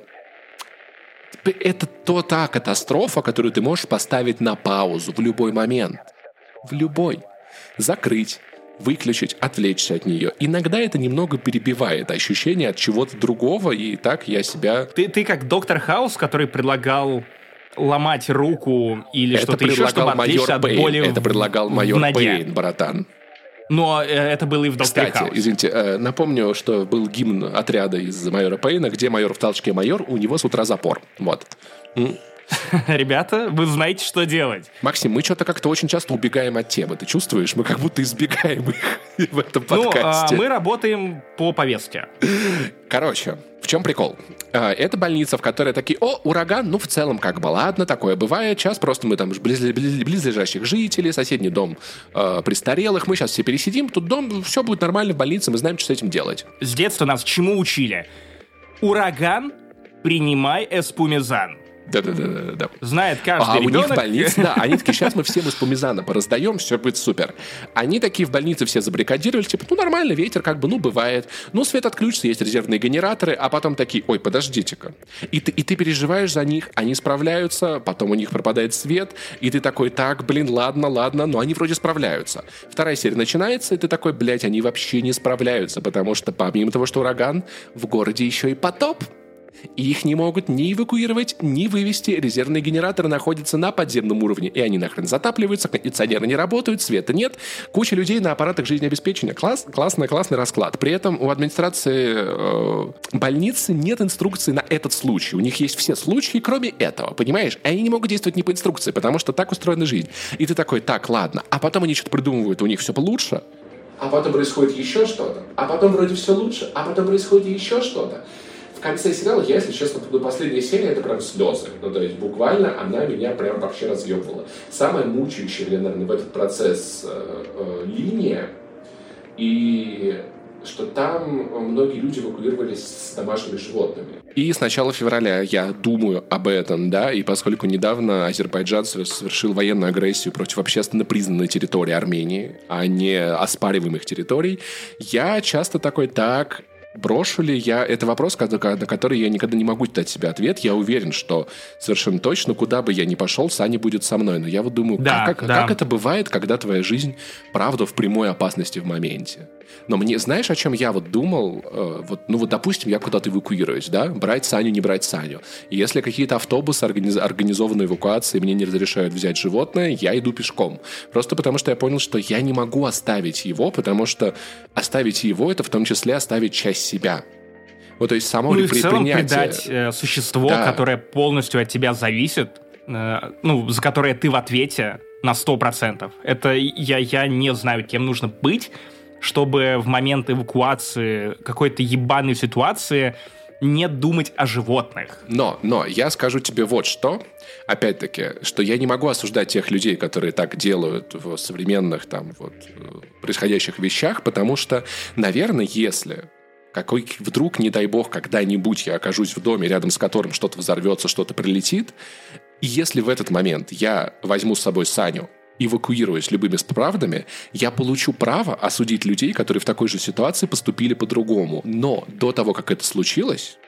Это то та катастрофа, которую ты можешь поставить на паузу в любой момент. В любой. Закрыть. Выключить, отвлечься от нее. Иногда это немного перебивает ощущение от чего-то другого, и так я себя... Ты, ты как доктор Хаус, который предлагал ломать руку или это что-то еще, чтобы отвлечься от боли Это предлагал в майор ноге. Пейн, братан. Но э, это было и в докторе Кстати, Хаус. извините, э, напомню, что был гимн отряда из майора Пейна, где майор в толчке майор, у него с утра запор. Вот. Ребята, вы знаете, что делать. Максим, мы что-то как-то очень часто убегаем от темы. Ты чувствуешь? Мы как будто избегаем их в этом подкасте. Ну, а мы работаем по повестке. Короче, в чем прикол? Это больница, в которой такие, о, ураган, ну, в целом, как бы, ладно, такое бывает. Сейчас просто мы там близ, близ, близлежащих жителей, соседний дом э, престарелых, мы сейчас все пересидим, тут дом, все будет нормально в больнице, мы знаем, что с этим делать. С детства нас чему учили? Ураган, принимай эспумизан. Да-да-да. Знает каждый а ребенок. у них в больнице, да, они такие, сейчас мы всем из помизана пораздаем, все будет супер. Они такие в больнице все забаррикадировали, типа, ну нормально, ветер как бы, ну бывает. Ну свет отключится, есть резервные генераторы, а потом такие, ой, подождите-ка. И ты, и ты переживаешь за них, они справляются, потом у них пропадает свет, и ты такой, так, блин, ладно, ладно, но они вроде справляются. Вторая серия начинается, и ты такой, блядь, они вообще не справляются, потому что помимо того, что ураган, в городе еще и потоп. И их не могут ни эвакуировать, ни вывести. Резервные генераторы находятся на подземном уровне, и они нахрен затапливаются, кондиционеры не работают, света нет. Куча людей на аппаратах жизнеобеспечения. Класс, классный, классный расклад. При этом у администрации э, больницы нет инструкции на этот случай. У них есть все случаи, кроме этого, понимаешь? И они не могут действовать не по инструкции, потому что так устроена жизнь. И ты такой, так, ладно. А потом они что-то придумывают, у них все получше. А потом происходит еще что-то. А потом вроде все лучше. А потом происходит еще что-то. в конце сериала, я, если честно, до последней серии, это прям слезы. Ну, то есть, буквально она меня прям вообще разъебывала. Самая мучающая меня, наверное, в этот процесс э, э, линия, и что там многие люди эвакуировались с домашними животными. И с начала февраля я думаю об этом, да, и поскольку недавно Азербайджан совершил военную агрессию против общественно признанной территории Армении, а не оспариваемых территорий, я часто такой, так... Брошу ли я? Это вопрос, на который я никогда не могу дать себе ответ. Я уверен, что совершенно точно, куда бы я ни пошел, Саня будет со мной. Но я вот думаю, да, как, да. как это бывает, когда твоя жизнь, правда, в прямой опасности в моменте? Но мне, знаешь, о чем я вот думал? Э, вот, ну вот, допустим, я куда-то эвакуируюсь, да? Брать Саню, не брать Саню. И если какие-то автобусы, организ... организованные эвакуации, мне не разрешают взять животное, я иду пешком. Просто потому, что я понял, что я не могу оставить его, потому что оставить его — это в том числе оставить часть себя. Вот, то есть само ну и в целом принятие... предать э, существо, да. которое полностью от тебя зависит, э, ну, за которое ты в ответе на сто процентов. Это я, я не знаю, кем нужно быть, чтобы в момент эвакуации какой-то ебаной ситуации не думать о животных. Но, но, я скажу тебе вот что, опять-таки, что я не могу осуждать тех людей, которые так делают в современных там вот происходящих вещах, потому что, наверное, если какой вдруг, не дай бог, когда-нибудь я окажусь в доме, рядом с которым что-то взорвется, что-то прилетит, и если в этот момент я возьму с собой Саню, эвакуируясь любыми правдами, я получу право осудить людей, которые в такой же ситуации поступили по-другому. Но до того, как это случилось,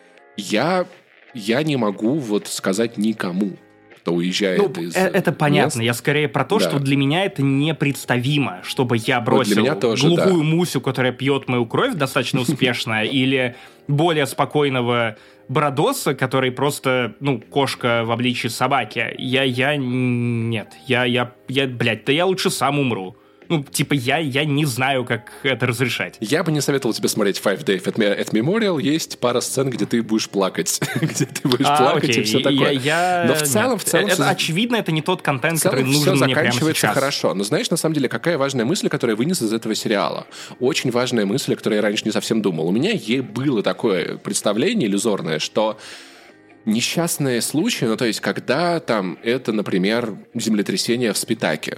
я, я не могу вот сказать никому, кто уезжает ну, из это понятно. мест. Я скорее про то, да. что для меня это непредставимо, чтобы я бросил вот для меня тоже, глухую да. мусю, которая пьет мою кровь достаточно успешно, или более спокойного Брадоса, который просто, ну, кошка в обличье собаки. Я, я, нет, я, я, я, блядь, да я лучше сам умру. Ну, типа, я, я не знаю, как это разрешать. Я бы не советовал тебе смотреть Five Days at Memorial. Есть пара сцен, где ты будешь плакать. где ты будешь а, плакать окей. и все такое. Я, я... Но в целом... Нет, в целом это, все... очевидно, это не тот контент, целом, который нужен мне прямо сейчас. все заканчивается хорошо. Но знаешь, на самом деле, какая важная мысль, которую я вынес из этого сериала? Очень важная мысль, о которой я раньше не совсем думал. У меня ей было такое представление иллюзорное, что несчастные случаи, ну, то есть, когда там это, например, землетрясение в Спитаке,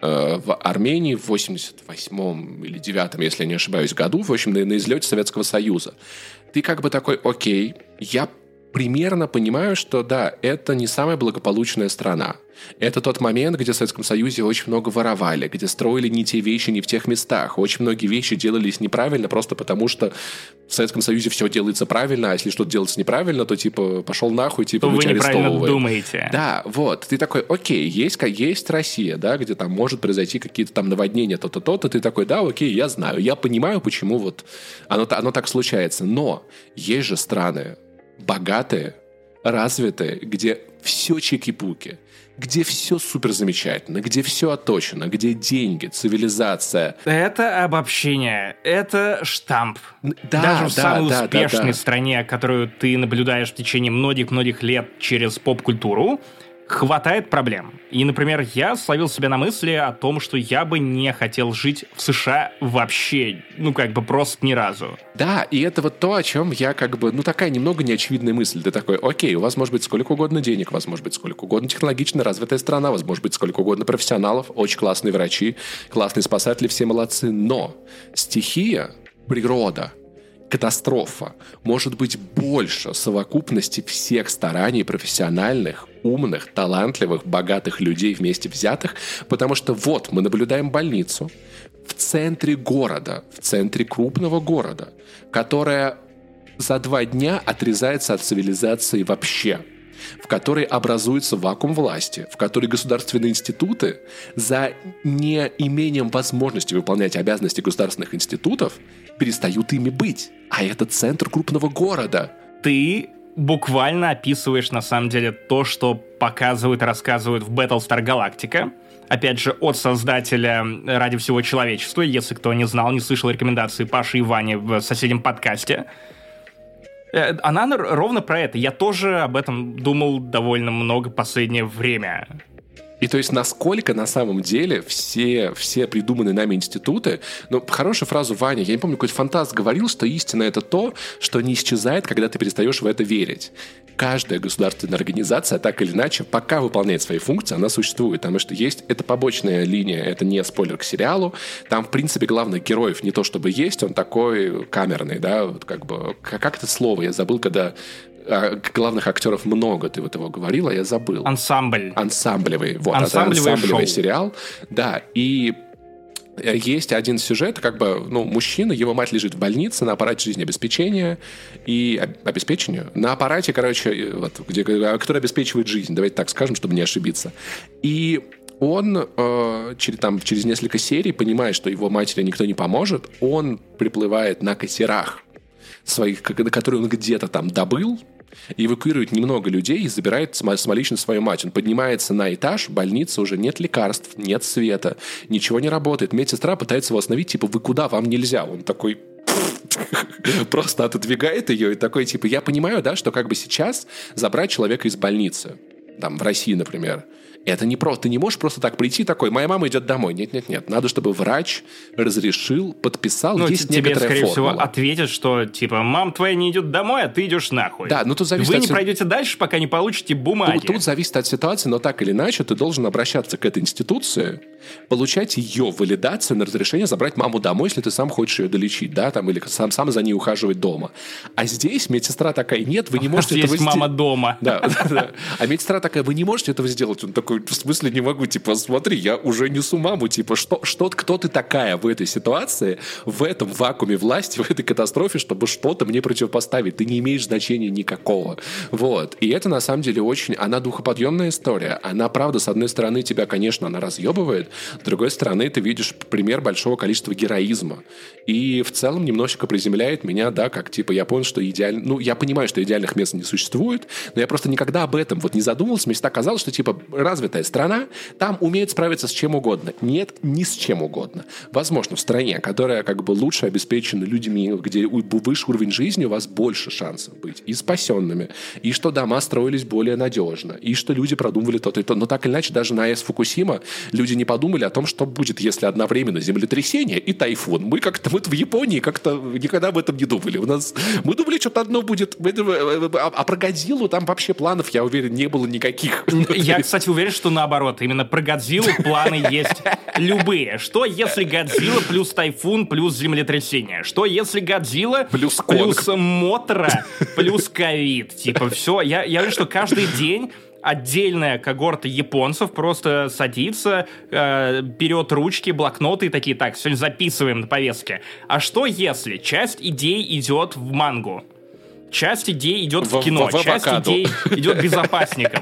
в Армении в восемьдесят восьмом или девятом, если я не ошибаюсь, году, в общем, на, на излете Советского Союза. Ты как бы такой, окей, я примерно понимаю, что да, это не самая благополучная страна. Это тот момент, где в Советском Союзе очень много воровали, где строили не те вещи не в тех местах. Очень многие вещи делались неправильно, просто потому что в Советском Союзе все делается правильно, а если что-то делается неправильно, то типа пошел нахуй, типа вы неправильно арестовываем. думаете. Да, вот. Ты такой, окей, есть, есть Россия, да, где там может произойти какие-то там наводнения, то-то, то-то. Ты такой, да, окей, я знаю, я понимаю, почему вот оно, оно так случается. Но есть же страны богатые, развитые, где все чики-пуки, где все супер замечательно, где все отточено, где деньги, цивилизация. Это обобщение, это штамп. Да, Даже в да, самой да, успешной да, да. стране, которую ты наблюдаешь в течение многих-многих лет через поп-культуру, хватает проблем. И, например, я словил себя на мысли о том, что я бы не хотел жить в США вообще, ну, как бы просто ни разу. Да, и это вот то, о чем я как бы, ну, такая немного неочевидная мысль. Ты такой, окей, у вас может быть сколько угодно денег, у вас может быть сколько угодно технологично развитая страна, у вас может быть сколько угодно профессионалов, очень классные врачи, классные спасатели, все молодцы, но стихия, природа, катастрофа может быть больше совокупности всех стараний профессиональных, умных, талантливых, богатых людей вместе взятых, потому что вот мы наблюдаем больницу в центре города, в центре крупного города, которая за два дня отрезается от цивилизации вообще, в которой образуется вакуум власти, в которой государственные институты за неимением возможности выполнять обязанности государственных институтов перестают ими быть. А это центр крупного города. Ты буквально описываешь, на самом деле, то, что показывают и рассказывают в Battlestar Galactica. Опять же, от создателя «Ради всего человечества». Если кто не знал, не слышал рекомендации Паши и Вани в соседнем подкасте. Она ровно про это. Я тоже об этом думал довольно много в последнее время. И то есть насколько на самом деле все, все придуманные нами институты... Ну, хорошую фразу Ваня, я не помню, какой-то фантаст говорил, что истина — это то, что не исчезает, когда ты перестаешь в это верить. Каждая государственная организация, так или иначе, пока выполняет свои функции, она существует. Потому что есть... Это побочная линия, это не спойлер к сериалу. Там, в принципе, главных героев не то чтобы есть, он такой камерный, да, вот как бы... Как это слово? Я забыл, когда... главных актеров много, ты вот его говорила, я забыл. Ансамбль. Ансамблевый. Вот, ансамблевый, ансамблевый сериал. Да, и есть один сюжет, как бы, ну, мужчина, его мать лежит в больнице на аппарате жизнеобеспечения и обеспечению. На аппарате, короче, вот, где, который обеспечивает жизнь, давайте так скажем, чтобы не ошибиться. И он э, через, там, через несколько серий, понимая, что его матери никто не поможет, он приплывает на катерах своих, которые он где-то там добыл, эвакуирует немного людей и забирает самолично свою мать. Он поднимается на этаж, в больнице уже нет лекарств, нет света, ничего не работает. Медсестра пытается его остановить, типа, вы куда, вам нельзя. Он такой... просто отодвигает ее и такой, типа, я понимаю, да, что как бы сейчас забрать человека из больницы, там, в России, например, это не просто, ты не можешь просто так прийти такой, моя мама идет домой. Нет-нет-нет, надо, чтобы врач разрешил, подписал, ну, есть тебе, некоторая скорее формула. всего, ответят, что, типа, мам твоя не идет домой, а ты идешь нахуй. Да, ну тут зависит Вы от... не пройдете дальше, пока не получите бумаги. Тут, тут зависит от ситуации, но так или иначе ты должен обращаться к этой институции, получать ее валидацию на разрешение забрать маму домой, если ты сам хочешь ее долечить, да, там, или сам, сам за ней ухаживать дома. А здесь медсестра такая, нет, вы не можете этого сделать. Есть мама дома. Да, да. А медсестра такая, вы не можете этого сделать. Он такой, в смысле не могу, типа, смотри, я уже несу маму, типа, что, что, кто ты такая в этой ситуации, в этом вакууме власти, в этой катастрофе, чтобы что-то мне противопоставить. Ты не имеешь значения никакого. Вот. И это, на самом деле, очень... Она духоподъемная история. Она, правда, с одной стороны, тебя, конечно, она разъебывает, с другой стороны, ты видишь пример большого количества героизма. И в целом немножечко приземляет меня, да, как, типа, я понял, что идеально... Ну, я понимаю, что идеальных мест не существует, но я просто никогда об этом вот не задумывался. Мне всегда казалось, что, типа, развитая страна, там умеет справиться с чем угодно. Нет, ни с чем угодно. Возможно, в стране, которая, как бы, лучше обеспечена людьми, где выше уровень жизни, у вас больше шансов быть и спасенными, и что дома строились более надежно, и что люди продумывали то-то и то. Но так или иначе, даже на АЭС Фукусима люди не подумали о том, что будет, если одновременно землетрясение и тайфун. Мы как-то вот в Японии как-то никогда об этом не думали. У нас мы думали, что-то одно будет. А, а про Годзиллу там вообще планов, я уверен, не было никаких. Я, кстати, уверен, что наоборот. Именно про Годзиллу планы есть любые. Что если Годзилла плюс тайфун плюс землетрясение? Что если Годзилла плюс, плюс Мотора плюс ковид? Типа все. Я, я вижу, что каждый день отдельная когорта японцев просто садится, э, берет ручки, блокноты и такие, так, сегодня записываем на повестке. А что если часть идей идет в мангу? Часть идей идет в, в кино, в, в часть идей идет безопасником.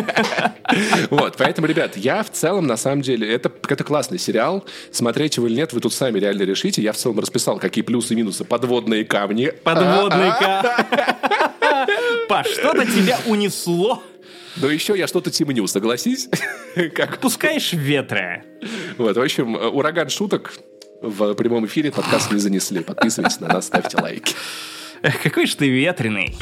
Вот, поэтому, ребят, я в целом, на самом деле, это, это классный сериал. Смотреть его или нет, вы тут сами реально решите. Я в целом расписал, какие плюсы и минусы. Подводные камни. Подводные камни. Паш, что-то тебя унесло. Но еще я что-то темню, согласись? Как пускаешь ветры. Вот, в общем, ураган шуток в прямом эфире подкаст не занесли. Подписывайтесь на нас, ставьте лайки. Эх, какой же ты ветреный.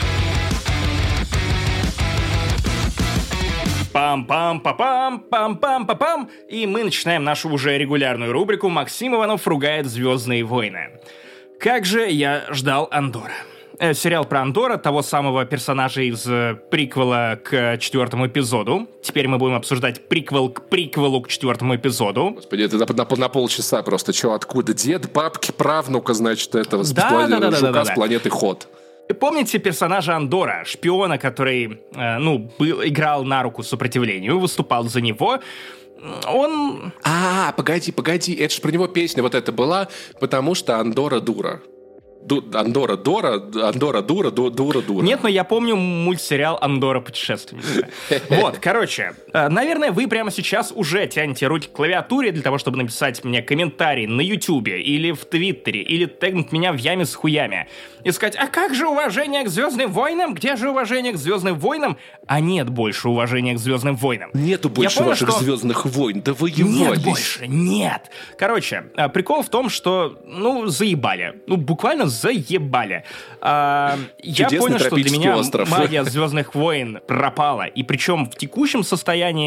Пам-пам-па-пам, пам-пам-па-пам. И мы начинаем нашу уже регулярную рубрику «Максим Иванов ругает «Звездные войны». Как же я ждал Андора. Э, сериал про Андора, того самого персонажа из э, приквела к четвертому эпизоду. Теперь мы будем обсуждать приквел к приквелу к четвертому эпизоду. Господи, это на, на, на полчаса просто. Че, откуда? Дед, бабки, правнука, значит, этого да, план... да, да, жука да, да, с да. планеты Ход. Помните персонажа Андора, шпиона, который, э, ну, был, играл на руку сопротивлению, выступал за него? Он... А, погоди, погоди, это же про него песня вот эта была, потому что Андора дура. Ду, Андора Дора, Андора Дура, ду, Дура Дура. Нет, но я помню мультсериал «Андора путешественница». Вот, короче, наверное, вы прямо сейчас уже тянете руки к клавиатуре для того, чтобы написать мне комментарий на Ютубе или в Твиттере, или тегнуть меня в яме с хуями. И сказать, а как же уважение к «Звездным войнам»? Где же уважение к «Звездным войнам»? А нет больше уважения к «Звездным войнам». Нету больше понял, ваших что... «Звездных войн», да вы ебались. Нет больше, нет. Короче, прикол в том, что, ну, заебали. Ну, буквально заебали. А, я понял, что для меня остров. магия «Звездных войн» пропала. И причем в текущем состоянии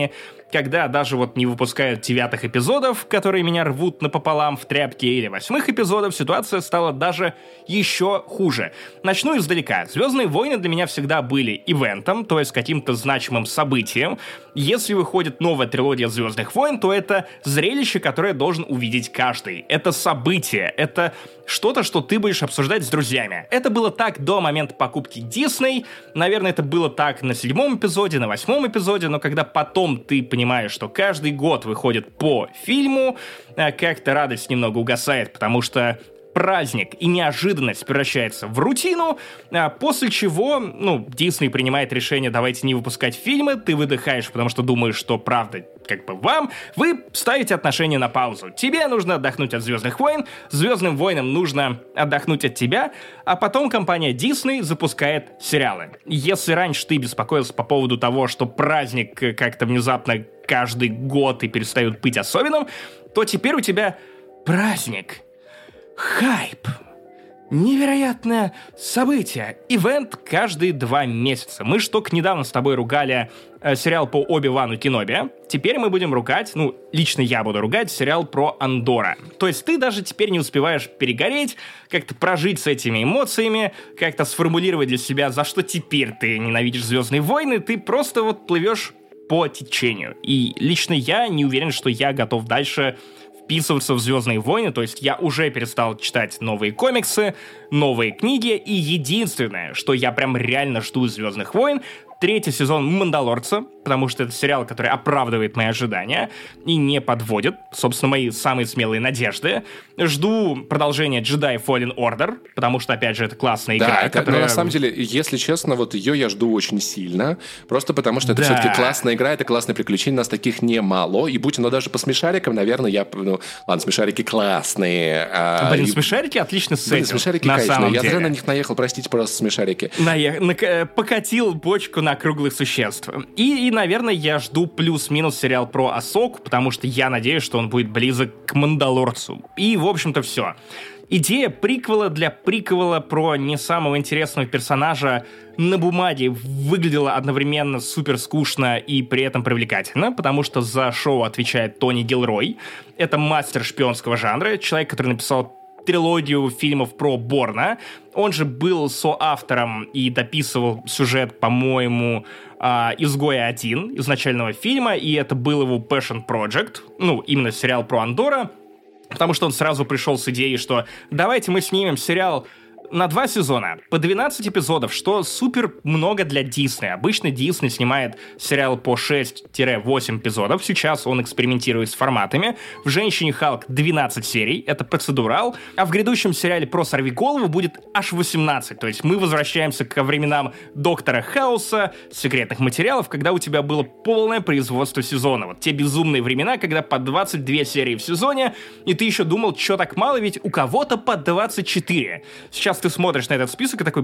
когда даже вот не выпускают девятых эпизодов, которые меня рвут напополам в тряпке, или восьмых эпизодов, ситуация стала даже еще хуже. Начну издалека. «Звездные войны» для меня всегда были ивентом, то есть каким-то значимым событием. Если выходит новая трилогия «Звездных войн», то это зрелище, которое должен увидеть каждый. Это событие, это что-то, что ты будешь обсуждать с друзьями. Это было так до момента покупки Disney, наверное, это было так на седьмом эпизоде, на восьмом эпизоде, но когда потом ты понимаешь, что каждый год выходит по фильму, как-то радость немного угасает, потому что праздник и неожиданность превращается в рутину, после чего, ну, Дисней принимает решение, давайте не выпускать фильмы, ты выдыхаешь, потому что думаешь, что правда, как бы вам, вы ставите отношения на паузу. Тебе нужно отдохнуть от «Звездных войн», «Звездным войнам» нужно отдохнуть от тебя, а потом компания Disney запускает сериалы. Если раньше ты беспокоился по поводу того, что праздник как-то внезапно каждый год и перестает быть особенным, то теперь у тебя праздник. Хайп. Невероятное событие. Ивент каждые два месяца. Мы ж только недавно с тобой ругали э, сериал по Оби-Вану Кеноби. Теперь мы будем ругать, ну, лично я буду ругать сериал про Андора. То есть ты даже теперь не успеваешь перегореть, как-то прожить с этими эмоциями, как-то сформулировать для себя, за что теперь ты ненавидишь «Звездные войны», ты просто вот плывешь по течению. И лично я не уверен, что я готов дальше вписываться в «Звездные войны», то есть я уже перестал читать новые комиксы, новые книги, и единственное, что я прям реально жду из «Звездных войн», третий сезон «Мандалорца», потому что это сериал, который оправдывает мои ожидания и не подводит, собственно, мои самые смелые надежды. Жду продолжения Jedi Fallen Order, потому что, опять же, это классная да, игра, это, которая... но на самом деле, если честно, вот ее я жду очень сильно, просто потому что это да. все-таки классная игра, это классное приключение, нас таких немало, и будь оно даже по смешарикам, наверное, я... Ну, ладно, смешарики классные. А, Блин, и... смешарики отлично с этим, смешарики на качественные. самом Я деле. зря на них наехал, простите, просто смешарики. Наех... На... Покатил бочку на круглых существ. И, и, наверное, я жду плюс-минус сериал про Асоку, потому что я надеюсь, что он будет близок к Мандалорцу. И, в общем-то, все. Идея приквела для приквела про не самого интересного персонажа на бумаге выглядела одновременно супер скучно и при этом привлекательно, потому что за шоу отвечает Тони Гилрой. Это мастер шпионского жанра, человек, который написал трилогию фильмов про Борна. Он же был соавтором и дописывал сюжет, по-моему, «Изгоя один» изначального фильма, и это был его passion project, ну, именно сериал про Андора, потому что он сразу пришел с идеей, что давайте мы снимем сериал на два сезона, по двенадцать эпизодов, что супер много для Дисней. Обычно Дисней снимает сериал по шесть-восемь эпизодов. Сейчас он экспериментирует с форматами. В «Женщине Халк» двенадцать серий, это процедурал. А в грядущем сериале про «Сорвиголову» будет аж восемнадцать. То есть мы возвращаемся ко временам Доктора Хауса, секретных материалов, когда у тебя было полное производство сезона. Вот те безумные времена, когда по двадцать две серии в сезоне, и ты еще думал, что так мало, ведь у кого-то по двадцать четыре. Сейчас ты смотришь на этот список и такой,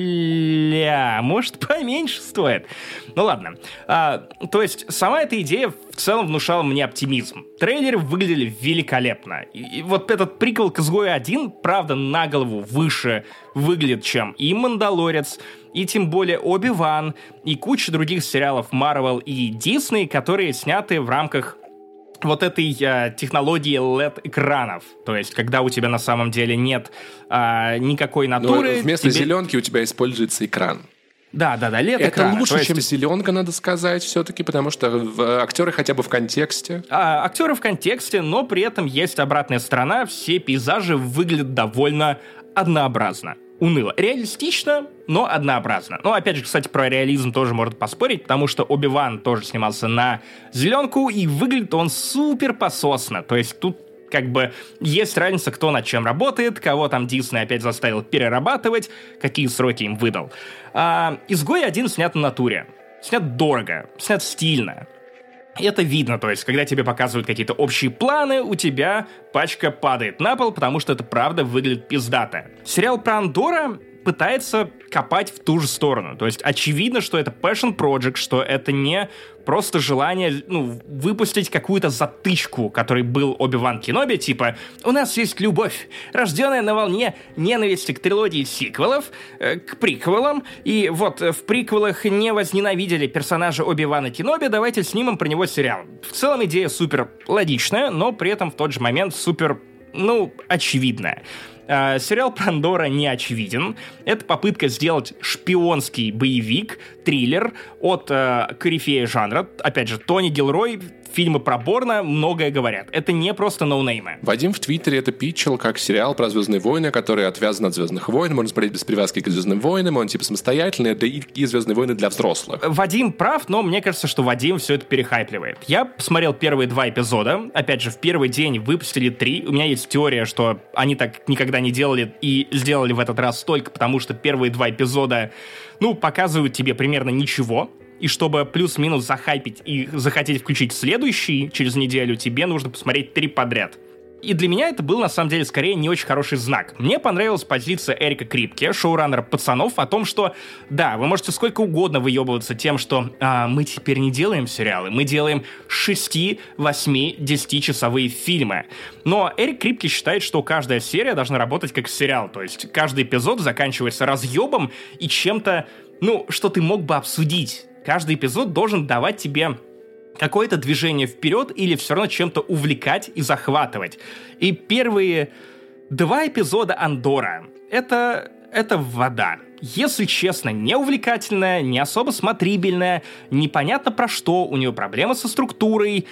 бля, может, поменьше стоит. Ну ладно. А, то есть сама эта идея в целом внушала мне оптимизм. Трейлеры выглядели великолепно. И, и вот этот приквел к «Изгою один», правда, на голову выше выглядит, чем и «Мандалорец», и тем более «Оби-Ван», и куча других сериалов Marvel и Disney, которые сняты в рамках вот этой э, технологии эл и ди-экранов. То есть, когда у тебя на самом деле нет э, никакой натуры... Но вместо тебе... зеленки у тебя используется экран. Да, да, да, лет Это экрана. лучше, есть... чем зеленка, надо сказать, все-таки, потому что в, актеры хотя бы в контексте. А, актеры в контексте, но при этом есть обратная сторона. Все пейзажи выглядят довольно однообразно. Уныло. Реалистично, но однообразно. Ну, опять же, кстати, про реализм тоже можно поспорить, потому что Оби-Ван тоже снимался на зеленку, и выглядит он супер пососно. То есть тут как бы есть разница, кто над чем работает, кого там Дисней опять заставил перерабатывать, какие сроки им выдал. А, «Изгой один» снят на натуре. Снят дорого, снят стильно. Это видно, то есть, когда тебе показывают какие-то общие планы, у тебя пачка падает на пол, потому что это правда выглядит пиздато. Сериал про Андора, пытается копать в ту же сторону. То есть очевидно, что это passion project, что это не просто желание, ну, выпустить какую-то затычку, который был Оби-Ван Кеноби, типа «У нас есть любовь, рожденная на волне ненависти к трилогии сиквелов, э, к приквелам, и вот э, в приквелах не возненавидели персонажа Оби-Вана Кеноби, давайте снимем про него сериал». В целом идея супер логичная, но при этом в тот же момент супер, ну, очевидная. Uh, сериал про Андора не очевиден. Это попытка сделать шпионский боевик, триллер от uh, корифея жанра. Опять же, Тони Гилрой, фильмы про Борна многое говорят. Это не просто ноунеймы. Вадим в Твиттере это питчил как сериал про Звездные войны, который отвязан от Звездных войн. Можно смотреть без привязки к Звездным войнам. Он типа самостоятельный. Это и, и Звездные войны для взрослых. Вадим прав, но мне кажется, что Вадим все это перехайпливает. Я посмотрел первые два эпизода. Опять же, в первый день выпустили три. У меня есть теория, что они так никогда не делали и сделали в этот раз только потому, что первые два эпизода, ну, показывают тебе примерно ничего. И чтобы плюс-минус захайпить и захотеть включить следующий через неделю, тебе нужно посмотреть три подряд. И для меня это был, на самом деле, скорее не очень хороший знак. Мне понравилась позиция Эрика Крипке, шоураннера «Пацанов», о том, что, да, вы можете сколько угодно выебываться тем, что а, мы теперь не делаем сериалы, мы делаем шесть, восемь, десятичасовые фильмы. Но Эрик Крипке считает, что каждая серия должна работать как сериал, то есть каждый эпизод заканчивается разъебом и чем-то, ну, что ты мог бы обсудить. Каждый эпизод должен давать тебе какое-то движение вперед или все равно чем-то увлекать и захватывать. И первые два эпизода Андора — это, это вода. Если честно, не увлекательная, не особо смотрибельная, непонятно про что, у нее проблемы со структурой.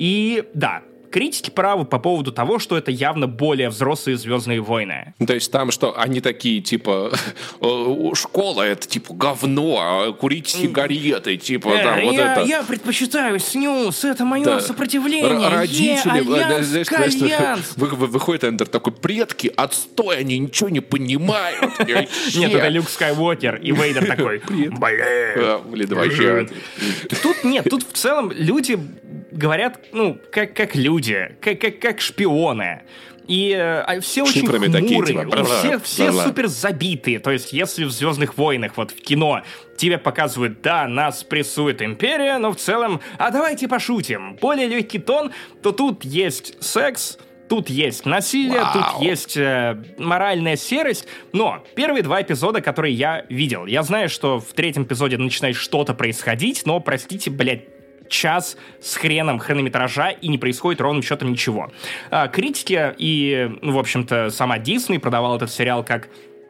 И да, критики правы по поводу того, что это явно более взрослые «Звездные войны». То есть там, что они такие, типа, школа — это, типа, говно, а курить сигареты, типа, э, да, вот я, это. Я предпочитаю снюс, это мое да. сопротивление. Родители, е, альянс, знаешь, знаешь, вы, вы, выходит Эндер такой, предки, отстой, они ничего не понимают. Нет, это Люк Скайуокер, и Вейдер такой, блин. Блин, вообще. Тут нет, тут в целом люди говорят, ну, как, как люди, как, как, как шпионы. И э, все очень Шифрами хмурые, такие, типа, и все, все супер забитые. То есть, если в «Звездных войнах», вот в кино, тебе показывают, да, нас прессует империя, но в целом, а давайте пошутим. Более легкий тон, то тут есть секс, тут есть насилие, Вау. тут есть э, моральная серость. Но первые два эпизода, которые я видел, я знаю, что в третьем эпизоде начинает что-то происходить, но, простите, блядь, час с хреном хронометража, и не происходит ровным счетом ничего. А, критики и, ну, в общем-то, сама Дисней продавала этот сериал как,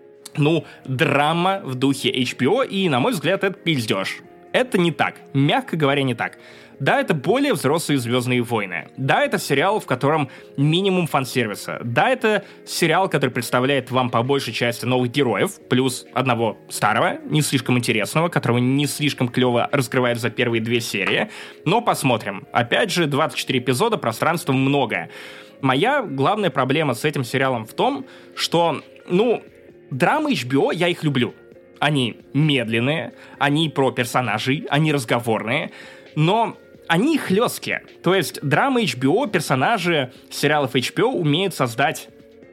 ну, драма в духе эйч би о, и, на мой взгляд, это пиздеж. Это не так. Мягко говоря, не так. Да, это более взрослые «Звездные войны». Да, это сериал, в котором минимум фан-сервиса. Да, это сериал, который представляет вам по большей части новых героев, плюс одного старого, не слишком интересного, которого не слишком клево раскрывают за первые две серии. Но посмотрим. Опять же, двадцать четыре эпизода, пространства много. Моя главная проблема с этим сериалом в том, что, ну, драмы эйч би о, я их люблю. Они медленные, они про персонажей, они разговорные, но они хлесткие. То есть драмы эйч би о, персонажи сериалов эйч би о умеют создать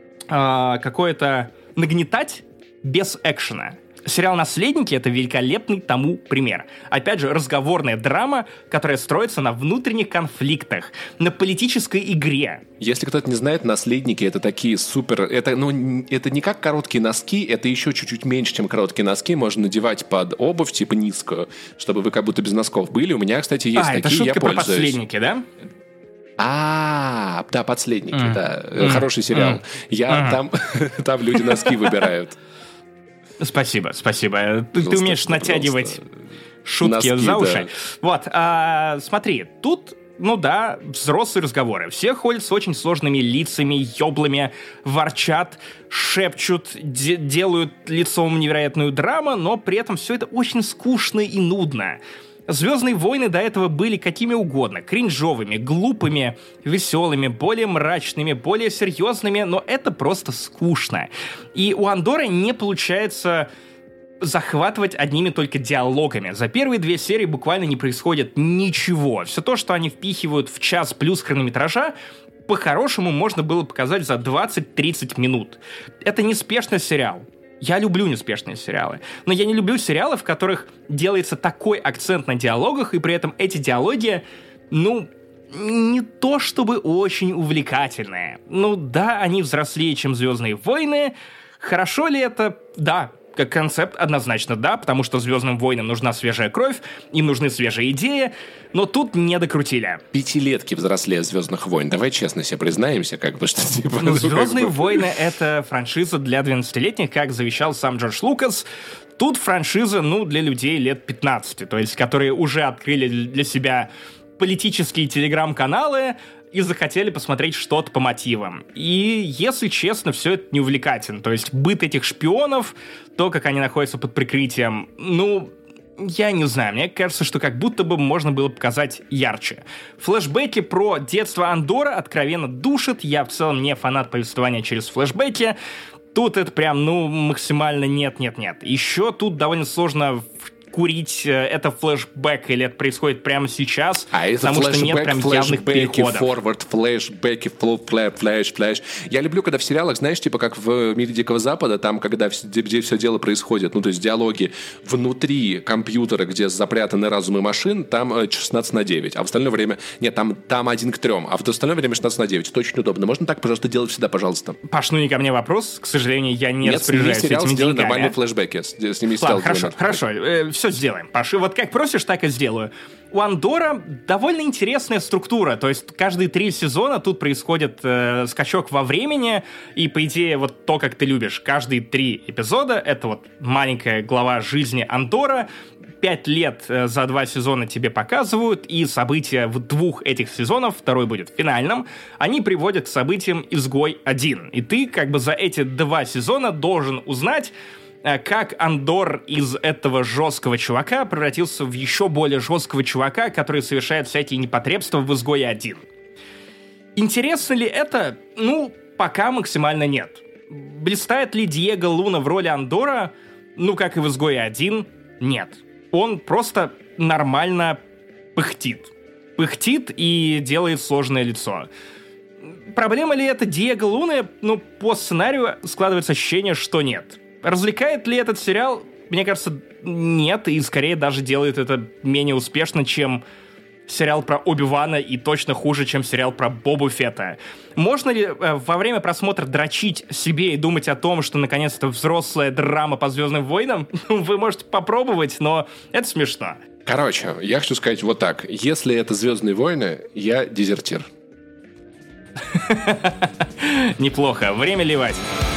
э, какое-то... нагнетать без экшена. Сериал «Наследники» — это великолепный тому пример. Опять же, разговорная драма, которая строится на внутренних конфликтах, на политической игре. Если кто-то не знает, «Наследники» — это такие супер... Это, ну, это не как короткие носки, это еще чуть-чуть меньше, чем короткие носки. Можно надевать под обувь, типа низкую, чтобы вы как будто без носков были. У меня, кстати, есть а, такие, это шутка я про пользуюсь. «Последники», да? А, да, «Подследники», mm. да. Mm. Хороший сериал. Mm. Я mm. там... Там люди носки выбирают. Спасибо, спасибо. Ты, ты умеешь натягивать шутки носки, за уши. Да. Вот, а, смотри, тут, ну да, взрослые разговоры. Все ходят с очень сложными лицами, ёблами, ворчат, шепчут, де- делают лицом невероятную драму, но при этом все это очень скучно и нудно. «Звездные войны» до этого были какими угодно, кринжовыми, глупыми, веселыми, более мрачными, более серьезными, но это просто скучно. И у «Андоры» не получается захватывать одними только диалогами. За первые две серии буквально не происходит ничего. Все то, что они впихивают в час плюс хронометража, по-хорошему можно было показать за двадцать-тридцать минут. Это неспешный сериал. Я люблю неуспешные сериалы, но я не люблю сериалы, в которых делается такой акцент на диалогах, и при этом эти диалоги, ну, не то чтобы очень увлекательные. Ну да, они взрослее, чем «Звездные войны». Хорошо ли это? Да. Как концепт однозначно да, потому что «Звездным войнам» нужна свежая кровь, им нужны свежие идеи, но тут не докрутили. Пятилетки взрослее «Звездных войн». Давай честно себе признаемся, как бы, что типа... Ну, ну, «Звездные как бы... войны» — это франшиза для двенадцатилетних, как завещал сам Джордж Лукас. Тут франшиза, ну, для людей лет пятнадцати, то есть которые уже открыли для себя политические телеграм-каналы и захотели посмотреть что-то по мотивам. И, если честно, все это не увлекательно. То есть быт этих шпионов, то, как они находятся под прикрытием, ну, я не знаю, мне кажется, что как будто бы можно было показать ярче. Флэшбэки про детство Андора откровенно душат, я в целом не фанат повествования через флэшбэки. Тут это прям, ну, максимально нет-нет-нет. Еще тут довольно сложно курить, это флешбэк или это происходит прямо сейчас, а это потому что нет прям явных переходов. Форвард, флешбэки, флэш, флэш, флэш. Я люблю, когда в сериалах, знаешь, типа как в «Мире Дикого Запада», там, когда где все дело происходит, ну, то есть диалоги внутри компьютера, где запрятаны разумы машин, там шестнадцать на девять, а в остальное время... Нет, там, там один к трем, а в остальное время шестнадцать на девять. Это очень удобно. Можно так, пожалуйста, делать всегда, пожалуйста. Паш, ну не ко мне вопрос. К сожалению, я не Нет, распоряжаюсь этими деньгами. Нет, сделай нормальные флешбеки. Сними Ладно, хорошо, хорошо. Все сделаем, Паша. Вот как просишь, так и сделаю. У Андора довольно интересная структура, то есть каждые три сезона тут происходит э, скачок во времени, и, по идее, вот то, как ты любишь, каждые три эпизода — это вот маленькая глава жизни Андора, пять лет э, за два сезона тебе показывают, и события в двух этих сезонов, второй будет финальным, они приводят к событиям «Изгой один», и ты как бы за эти два сезона должен узнать, как Андор из этого жесткого чувака превратился в еще более жесткого чувака, который совершает всякие непотребства в «Изгое один». Интересно ли это? Ну, пока максимально нет. Блистает ли Диего Луна в роли Андора? Ну, как и в «Изгое один», нет. Он просто нормально пыхтит. Пыхтит и делает сложное лицо. Проблема ли это Диего Луны? Ну, по сценарию складывается ощущение, что нет. Развлекает ли этот сериал? Мне кажется, нет, и скорее даже делает это менее успешно, чем сериал про Оби-Вана, и точно хуже, чем сериал про Бобу Фетта. Можно ли э, во время просмотра дрочить себе и думать о том, что наконец-то взрослая драма по «Звездным войнам»? Вы можете попробовать, но это смешно. Короче, я хочу сказать вот так. Если это «Звездные войны», я дезертир. Неплохо. Время ливать.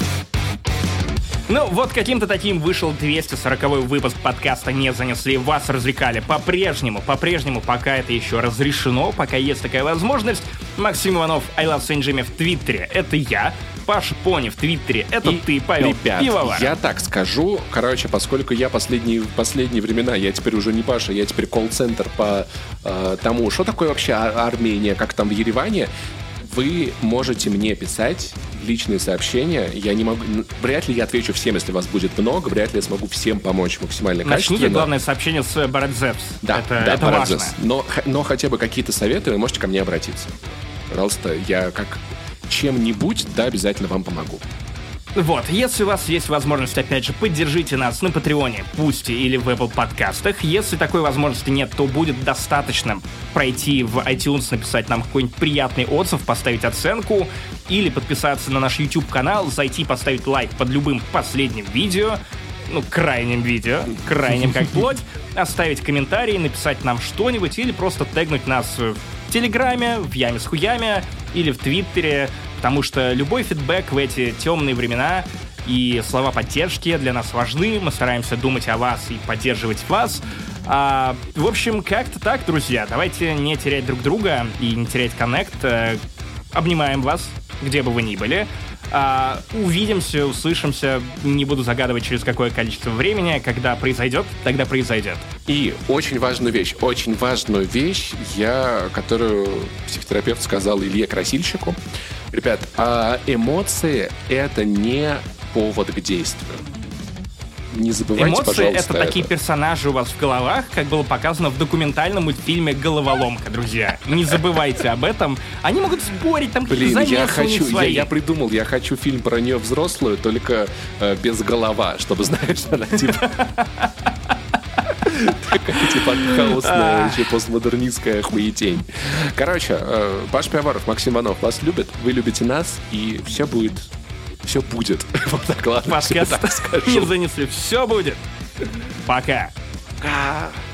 Ну, вот каким-то таким вышел двести сороковой выпуск подкаста «Не занесли». Вас развлекали по-прежнему, по-прежнему, пока это еще разрешено, пока есть такая возможность. Максим Иванов, I Love Saint Jimmy в Твиттере, это я. Паша Пони в Твиттере, это и, ты, Павел ребят, Пивовар. Я так скажу, короче, поскольку я последние, последние времена, я теперь уже не Паша, я теперь колл-центр по э, тому, что такое вообще Армения, как там в Ереване. Вы можете мне писать личные сообщения. Я не могу... Вряд ли я отвечу всем, если вас будет много. Вряд ли я смогу всем помочь максимально качественно. Начните, главное, сообщение с Барадзевс. Да, это, да, это важно. Но, но хотя бы какие-то советы вы можете ко мне обратиться. Пожалуйста, я как чем-нибудь, да, обязательно вам помогу. Вот, если у вас есть возможность, опять же, поддержите нас на Патреоне, Бусти или в Apple подкастах. Если такой возможности нет, то будет достаточно пройти в iTunes, написать нам какой-нибудь приятный отзыв, поставить оценку, или подписаться на наш YouTube-канал, зайти, поставить лайк под любым последним видео, ну, крайним видео, крайним как плоть, оставить комментарий, написать нам что-нибудь, или просто тегнуть нас в Телеграме, в Яме с хуями, или в Твиттере, потому что любой фидбэк в эти темные времена и слова поддержки для нас важны. Мы стараемся думать о вас и поддерживать вас. А, в общем, как-то так, друзья. Давайте не терять друг друга и не терять коннект. Обнимаем вас, где бы вы ни были. А, увидимся, услышимся. Не буду загадывать, через какое количество времени. Когда произойдет, тогда произойдет. И очень важную вещь, очень важную вещь, я, которую психотерапевт сказал Илье Красильщику. Ребят, а эмоции — это не повод к действию. Не забывайте, Эмоции — пожалуйста, это такие персонажи у вас в головах, как было показано в документальном мультфильме «Головоломка», друзья. Не забывайте об этом. Они могут спорить, там какие-то Блин, я замесы у них хочу, я, свои. я придумал, я хочу фильм про нее взрослую, только э, без голова, чтобы, знаешь, она типа... Такая типа хаосная, еще постмодернистская хуетень. Короче, э, Паш Пивоваров, Максим Иванов вас любят, вы любите нас, и все будет... Все будет. Вот так, ладно. Подкаст не занесли. Все будет. Пока. Пока.